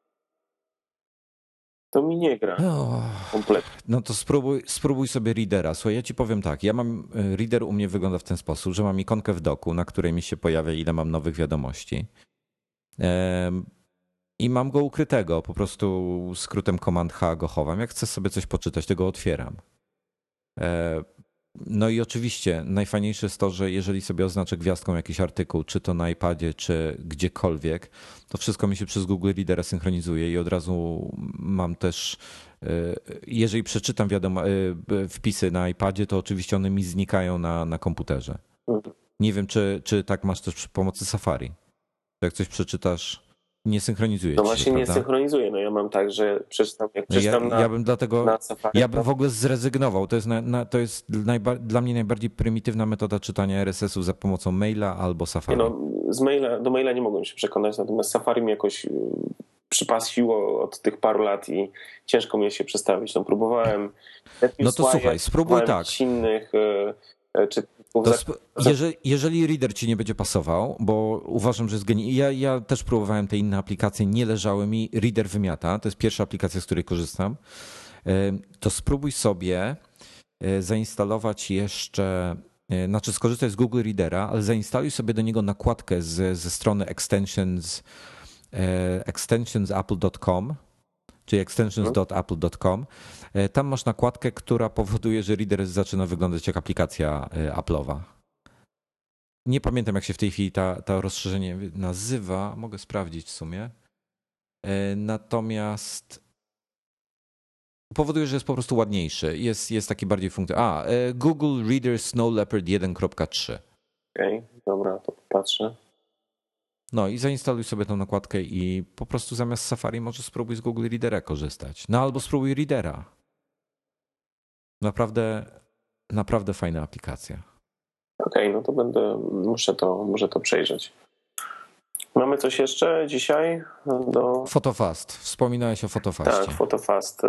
To mi nie gra oh. kompletnie. No to spróbuj, spróbuj sobie Readera. Słuchaj, ja ci powiem tak, ja mam, Reader u mnie wygląda w ten sposób, że mam ikonkę w doku, na której mi się pojawia, ile mam nowych wiadomości. Um, I mam go ukrytego, po prostu skrótem Command H go chowam. Jak chcę sobie coś poczytać, to go otwieram. No i oczywiście najfajniejsze jest to, że jeżeli sobie oznaczę gwiazdką jakiś artykuł, czy to na iPadzie, czy gdziekolwiek, to wszystko mi się przez Google Readera synchronizuje i od razu mam też, jeżeli przeczytam wiadomo, wpisy na iPadzie, to oczywiście one mi znikają na, na komputerze. Nie wiem, czy, czy tak masz też przy pomocy Safari. Jak coś przeczytasz, nie synchronizuje No się, właśnie nie prawda? synchronizuje. No ja mam tak, że przeczytam, jak przeczytam ja, na, ja bym dlatego, na Safari. Ja bym w ogóle zrezygnował. To jest, na, na, to jest najba, dla mnie najbardziej prymitywna metoda czytania er es esów za pomocą maila albo Safari. Nie no, z maila, do maila nie mogłem się przekonać, natomiast Safari mnie jakoś przypasiło od tych paru lat i ciężko mi się przestawić. No próbowałem... No to słuchaj, spróbuj tak. Innych, czy To jeżeli, jeżeli Reader ci nie będzie pasował, bo uważam, że jest genialny. Ja, ja też próbowałem te inne aplikacje, nie leżały mi. Reader wymiata, to jest pierwsza aplikacja, z której korzystam. To spróbuj sobie zainstalować jeszcze, znaczy skorzystać z Google Readera, ale zainstaluj sobie do niego nakładkę z, ze strony extensions, extensions apple kropka com, czyli extensions kropka apple kropka com. Tam masz nakładkę, która powoduje, że Reader zaczyna wyglądać jak aplikacja Apple'owa. Nie pamiętam, jak się w tej chwili ta, to rozszerzenie nazywa. Mogę sprawdzić w sumie. Natomiast powoduje, że jest po prostu ładniejszy. Jest, jest taki bardziej funkcjonalny. A, Google Reader Snow Leopard jeden kropka trzy. Okej, okay, dobra, to popatrzę. No i zainstaluj sobie tą nakładkę i po prostu zamiast Safari może spróbuj z Google Readera korzystać. No albo spróbuj Readera. Naprawdę, naprawdę fajna aplikacja. Okej, okay, no to będę, muszę to, muszę to przejrzeć. Mamy coś jeszcze dzisiaj? Do... Photofast. Wspominałeś o Photofastie. Tak, Photofast.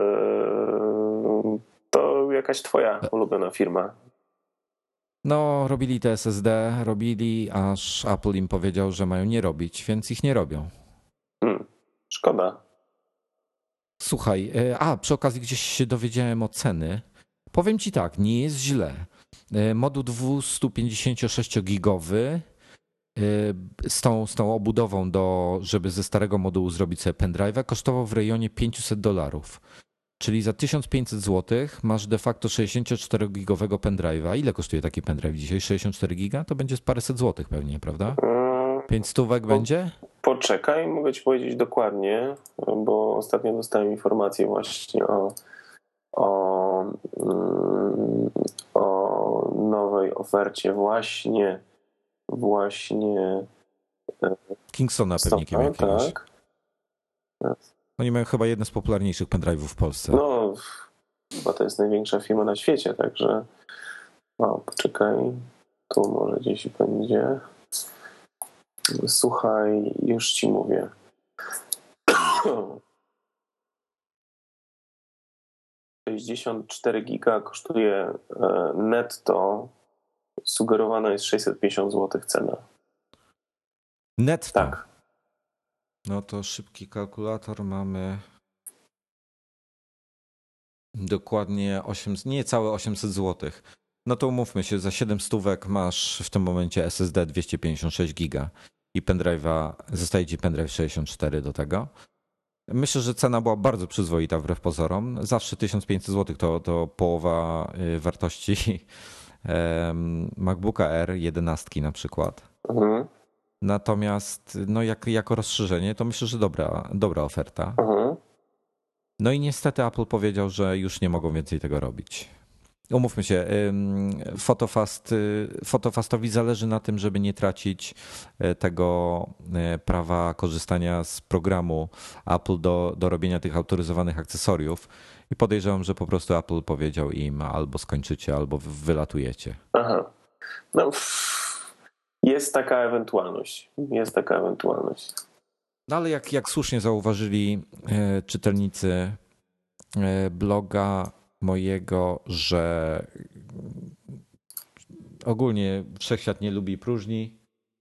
To jakaś twoja ulubiona firma. No, robili te S S D, robili, aż Apple im powiedział, że mają nie robić, więc ich nie robią. Hmm, szkoda. Słuchaj, a przy okazji gdzieś się dowiedziałem o ceny. Powiem ci tak, nie jest źle. Moduł dwieście pięćdziesiąt sześć gigowy z tą, z tą obudową, do, żeby ze starego modułu zrobić sobie pendrive'a, kosztował w rejonie pięćset dolarów. Czyli za tysiąc pięćset złotych masz de facto sześćdziesięcioczterogigowego pendrive'a. Ile kosztuje taki pendrive dzisiaj? sześćdziesiąt cztery giga? To będzie z paręset złotych pewnie, prawda? Pięć stówek będzie? Poczekaj, mogę ci powiedzieć dokładnie, bo ostatnio dostałem informację właśnie o, o, o nowej ofercie właśnie właśnie Kingstona pewnikiem jakiegoś. Tak. Oni mają chyba jeden z popularniejszych pendrive'ów w Polsce. No, chyba to jest największa firma na świecie, także o, poczekaj, tu może gdzieś będzie. Słuchaj, już ci mówię. sześćdziesiąt cztery giga kosztuje netto, sugerowana jest sześćset pięćdziesiąt złotych cena. Netto? Tak. No to szybki kalkulator mamy dokładnie osiem, niecałe osiemset złotych. No to umówmy się, za siedem stówek masz w tym momencie S S D dwieście pięćdziesiąt sześć giga i pendrive'a, zostaje ci pendrive sześćdziesiąt cztery do tego. Myślę, że cena była bardzo przyzwoita wbrew pozorom. Zawsze tysiąc pięćset złotych to, to połowa wartości MacBooka Air jedenaście na przykład. Mhm. Natomiast no jak, jako rozszerzenie to myślę, że dobra, dobra oferta. Mhm. No i niestety Apple powiedział, że już nie mogą więcej tego robić. Umówmy się, Photofast, Photofastowi zależy na tym, żeby nie tracić tego prawa korzystania z programu Apple do, do robienia tych autoryzowanych akcesoriów i podejrzewam, że po prostu Apple powiedział im albo skończycie, albo wylatujecie. Aha. No, jest taka ewentualność. Jest taka ewentualność. No ale jak, jak słusznie zauważyli czytelnicy bloga mojego, że ogólnie wszechświat nie lubi próżni,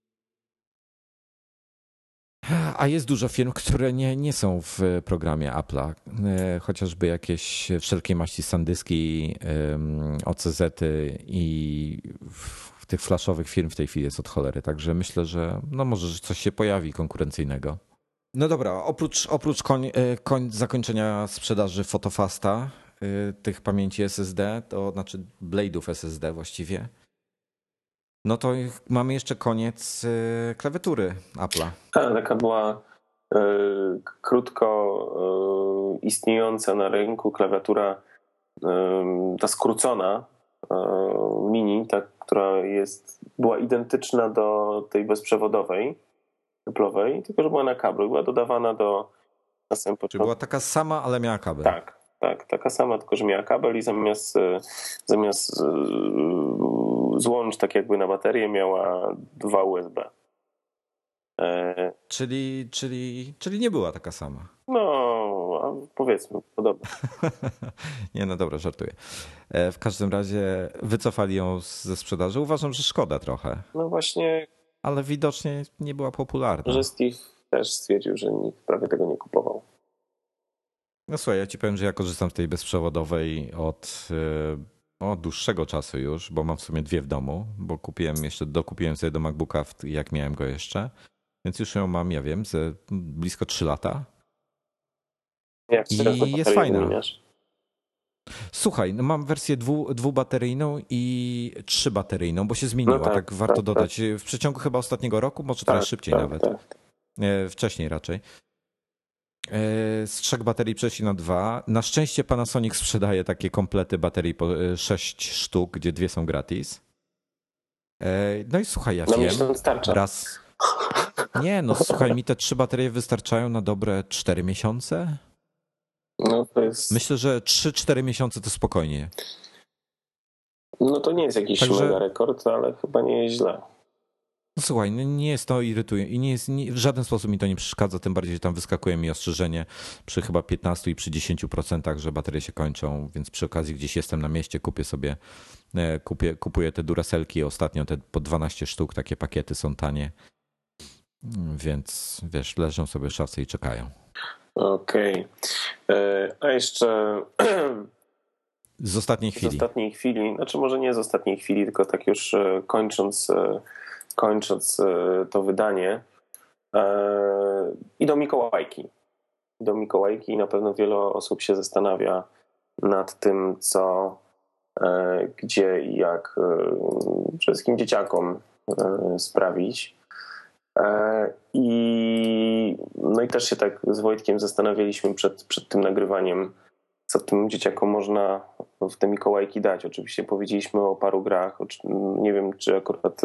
a jest dużo firm, które nie, nie są w programie Apple'a. Chociażby jakieś wszelkie maści sandyski, O C Z-y i tych flashowych firm w tej chwili jest od cholery. Także myślę, że no może że coś się pojawi konkurencyjnego. No dobra, oprócz, oprócz koń, koń zakończenia sprzedaży Photofasta, tych pamięci S S D, to znaczy blade'ów S S D właściwie, no to mamy jeszcze koniec klawiatury Apple'a. Tak, taka była y, krótko y, istniejąca na rynku klawiatura, y, ta skrócona y, mini, ta, która jest, była identyczna do tej bezprzewodowej, Apple'owej, tylko że była na kablu i była dodawana do na samym początku. Czyli była taka sama, ale miała kabel. Tak. Tak, taka sama, tylko że miała kabel i zamiast, zamiast złącz tak jakby na baterię miała dwa U S B. E... Czyli, czyli, czyli nie była taka sama. No, powiedzmy, podobnie. Nie, no dobra, żartuję. W każdym razie wycofali ją ze sprzedaży. Uważam, że szkoda trochę. No właśnie. Ale widocznie nie była popularna. Że Steve też stwierdził, że nikt prawie tego nie kupował. No słuchaj, ja ci powiem, że ja korzystam z tej bezprzewodowej od, od dłuższego czasu już, bo mam w sumie dwie w domu, bo kupiłem jeszcze, dokupiłem sobie do MacBooka, jak miałem go jeszcze, więc już ją mam, ja wiem, ze blisko trzy lata. Jak I jest fajna. Wymieniasz? Słuchaj, no mam wersję dwu, dwubateryjną i trzybateryjną, bo się zmieniła, no tak, tak warto tak, dodać. Tak. W przeciągu chyba ostatniego roku, może trochę tak, szybciej tak, nawet. Tak. Wcześniej raczej. Z trzech baterii przeszli na dwa. Na szczęście Panasonic sprzedaje takie komplety baterii po sześć sztuk, gdzie dwie są gratis. No i słuchaj, ja wiem, raz... Nie, no słuchaj, mi te trzy baterie wystarczają na dobre cztery miesiące. No to jest... Myślę, że trzy cztery miesiące to spokojnie. No to nie jest jakiś Także... mega rekord, ale chyba nie jest źle. No słuchaj, nie jest to irytuje i nie jest, nie, w żaden sposób mi to nie przeszkadza, tym bardziej, że tam wyskakuje mi ostrzeżenie przy chyba piętnastu i przy dziesięciu procentach, że baterie się kończą, więc przy okazji gdzieś jestem na mieście, kupię sobie, kupię, kupuję te Duracelki, ostatnio te po dwanaście sztuk, takie pakiety są tanie, więc wiesz, leżą sobie w szafce i czekają. Okej, okay. A jeszcze... Z ostatniej chwili. Z ostatniej chwili, znaczy może nie z ostatniej chwili, tylko tak już kończąc... kończąc to wydanie, idą Mikołajki. Idą Mikołajki i na pewno wiele osób się zastanawia nad tym, co, gdzie i jak przede wszystkim dzieciakom sprawić. I, no i też się tak z Wojtkiem zastanawialiśmy przed, przed tym nagrywaniem, co tym dzieciakom można w te Mikołajki dać. Oczywiście powiedzieliśmy o paru grach. Nie wiem, czy akurat...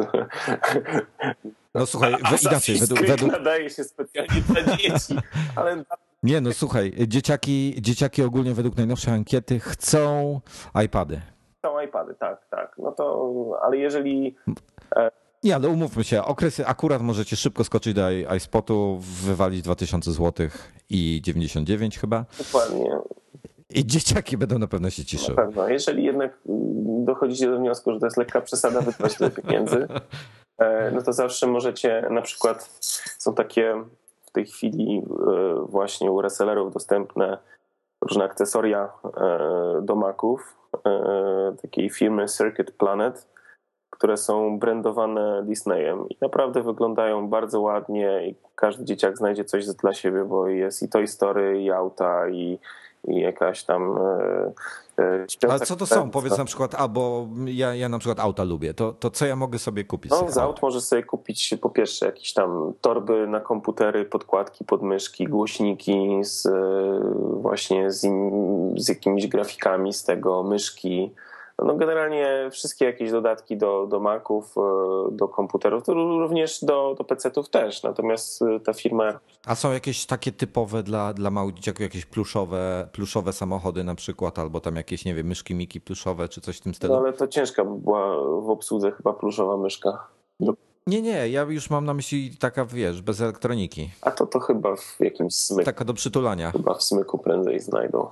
No słuchaj, inaczej. Według, według... nadaje się specjalnie dla dzieci, ale... Nie, no słuchaj, dzieciaki, dzieciaki ogólnie według najnowszej ankiety chcą iPady. Chcą iPady, tak, tak. No to, ale jeżeli... Nie, no umówmy się, okresy akurat możecie szybko skoczyć do iSpotu, wywalić dwa tysiące złotych i dziewięćdziesiąt dziewięć chyba. Dokładnie. I dzieciaki będą na pewno się cieszyły. Na pewno. Jeżeli jednak dochodzicie do wniosku, że to jest lekka przesada wytrwać tyle pieniędzy, no to zawsze możecie, na przykład są takie w tej chwili właśnie u resellerów dostępne różne akcesoria do Maców takiej firmy Circuit Planet, które są brandowane Disneyem i naprawdę wyglądają bardzo ładnie i każdy dzieciak znajdzie coś dla siebie, bo jest i Toy Story, i auta, i i jakaś tam... E, Ale co to są? Powiedz na przykład, albo ja, ja na przykład auta lubię, to, to co ja mogę sobie kupić? No z aut możesz sobie kupić po pierwsze jakieś tam torby na komputery, podkładki, podmyszki, głośniki z właśnie z, in, z jakimiś grafikami z tego, myszki. No generalnie wszystkie jakieś dodatki do, do Maców, do komputerów, to również do, do pecetów też, natomiast ta firma... A są jakieś takie typowe dla, dla małych dzieciaków, jakieś pluszowe, pluszowe samochody na przykład, albo tam jakieś, nie wiem, myszki Miki pluszowe, czy coś w tym stylu? No ale to ciężka by była w obsłudze chyba pluszowa myszka. Nie, nie, ja już mam na myśli taka, wiesz, bez elektroniki. A to to chyba w jakimś smyku. Taka do przytulania. Chyba w smyku prędzej znajdą.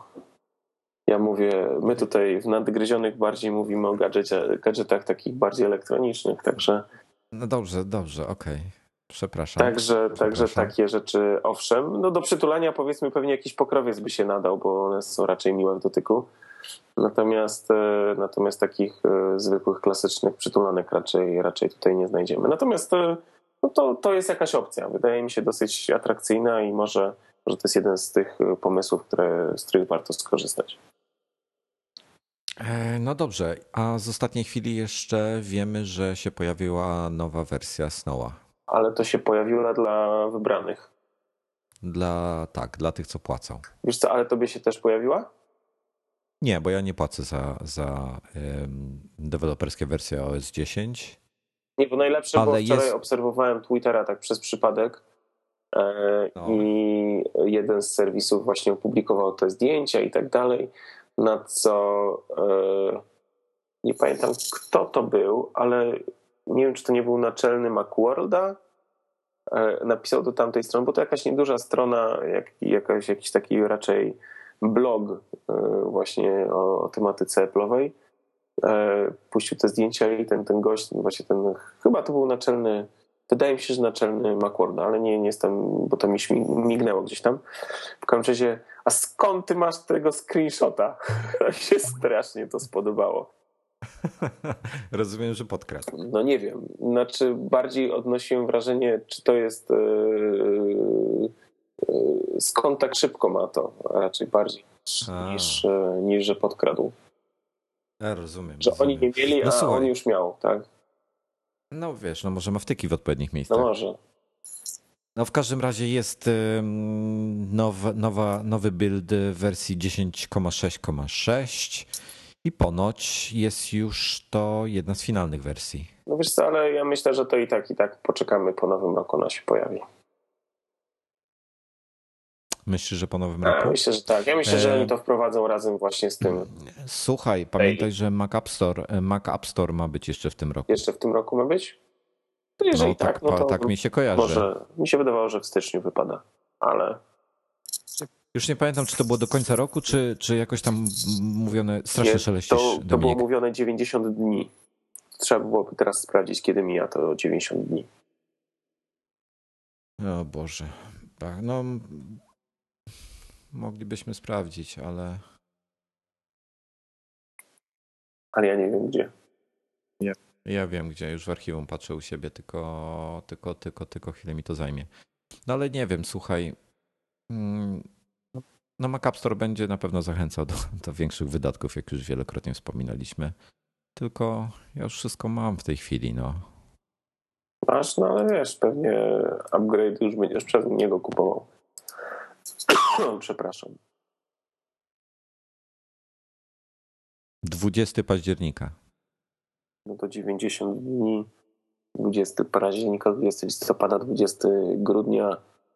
Ja mówię, my tutaj w Nadgryzionych bardziej mówimy o gadżecie, gadżetach takich bardziej elektronicznych, także... No dobrze, dobrze, okej. Okay. Przepraszam. Także, Przepraszam. Także takie rzeczy, owszem. No do przytulania powiedzmy pewnie jakiś pokrowiec by się nadał, bo one są raczej miłe w dotyku. Natomiast, natomiast takich zwykłych, klasycznych przytulanek raczej, raczej tutaj nie znajdziemy. Natomiast no to, to jest jakaś opcja. Wydaje mi się dosyć atrakcyjna i może, może to jest jeden z tych pomysłów, które, z których warto skorzystać. No dobrze, a z ostatniej chwili jeszcze wiemy, że się pojawiła nowa wersja Snowa. Ale to się pojawiła dla wybranych. Dla, tak, dla tych, co płacą. Wiesz co, ale tobie się też pojawiła? Nie, bo ja nie płacę za, za um, deweloperskie wersje O S dziesięć. Nie, bo najlepsze, ale bo wczoraj jest... obserwowałem Twittera tak przez przypadek e, no. i jeden z serwisów właśnie opublikował te zdjęcia i tak dalej, na co e, nie pamiętam kto to był, ale nie wiem, czy to nie był naczelny Macworlda, e, napisał do tamtej strony, bo to jakaś nieduża strona, jak, jakaś, jakiś taki raczej blog e, właśnie o, o tematyce Apple'owej. E, puścił te zdjęcia i ten, ten gość, właśnie ten, chyba to był naczelny, wydaje mi się, że naczelny Macworlda, ale nie, nie jestem, bo to mi mignęło gdzieś tam. W każdym razie, a skąd ty masz tego screenshota? Mi się strasznie to spodobało. Rozumiem, że podkradł. No nie wiem. Znaczy bardziej odnosiłem wrażenie, czy to jest yy, yy, skąd tak szybko ma to, raczej bardziej A. niż, niż że podkradł. Ja rozumiem. Że rozumiem. oni nie mieli, no, a słuchaj. on już miał, tak? No wiesz, no może ma wtyki w odpowiednich No miejscach. może. No w każdym razie jest ym, nowa, nowa, nowy build w wersji dziesięć sześć sześć i ponoć jest już to jedna z finalnych wersji. No wiesz co, ale ja myślę, że to i tak, i tak poczekamy po nowym roku, ona się pojawi. Myślisz, że po nowym A, roku? myślę, że tak. Ja myślę, że E, oni to wprowadzą razem właśnie z tym. Słuchaj, pamiętaj, że Mac App Store, Mac App Store ma być jeszcze w tym roku. Jeszcze w tym roku ma być? To jeżeli No, tak, tak, no to tak mi się kojarzy. może mi się wydawało, że w styczniu wypada, ale Już nie pamiętam, czy to było do końca roku, czy, czy jakoś tam mówione, strasznie nie, szeleścisz, to, to było Dominik. mówione dziewięćdziesiąt dni. Trzeba byłoby teraz sprawdzić, kiedy mija to dziewięćdziesiąt dni. O Boże. Tak, no moglibyśmy sprawdzić, ale Ale ja nie wiem gdzie. ja wiem, gdzie już w archiwum patrzę u siebie, tylko, tylko, tylko, tylko chwilę mi to zajmie. No ale nie wiem, słuchaj. mm, No Mac App Store będzie na pewno zachęcał do, do większych wydatków, jak już wielokrotnie wspominaliśmy. Tylko ja już wszystko mam w tej chwili, no. Masz, no ale wiesz, pewnie upgrade już będziesz przez niego kupował. Przepraszam. dwudziestego października. No to dziewięćdziesiąt dni. dwudziestego października, dwudziestego listopada, dwudziestego grudnia,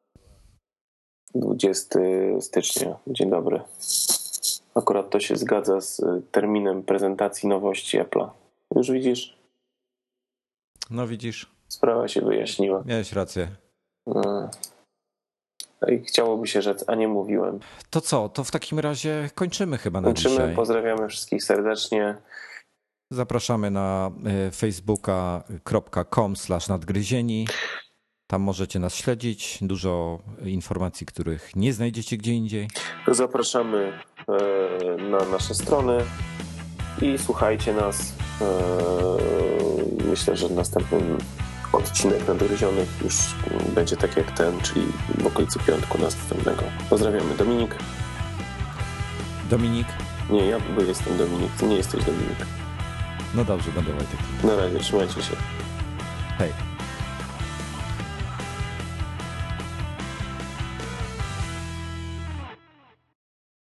dwudziestego stycznia. Dzień dobry. Akurat to się zgadza z terminem prezentacji nowości Apple'a. Już widzisz? No widzisz, Sprawa się wyjaśniła. miałeś rację. No. I chciałoby się rzec, a nie mówiłem. To co, to w takim razie kończymy chyba na Kończymy. dzisiaj. Pozdrawiamy wszystkich serdecznie. Zapraszamy na facebooka kropka com slash nadgryzieni. Tam możecie nas śledzić. Dużo informacji, których nie znajdziecie gdzie indziej. Zapraszamy na nasze strony i słuchajcie nas. Myślę, że następny odcinek Nadgryzionych już będzie tak jak ten, czyli w okolicy piątku następnego. Pozdrawiamy. Dominik. Dominik? Nie, ja bo jestem Dominik. Ty nie jesteś Dominik. No dobrze, będę Wojtek. Na razie, trzymajcie się. Hej.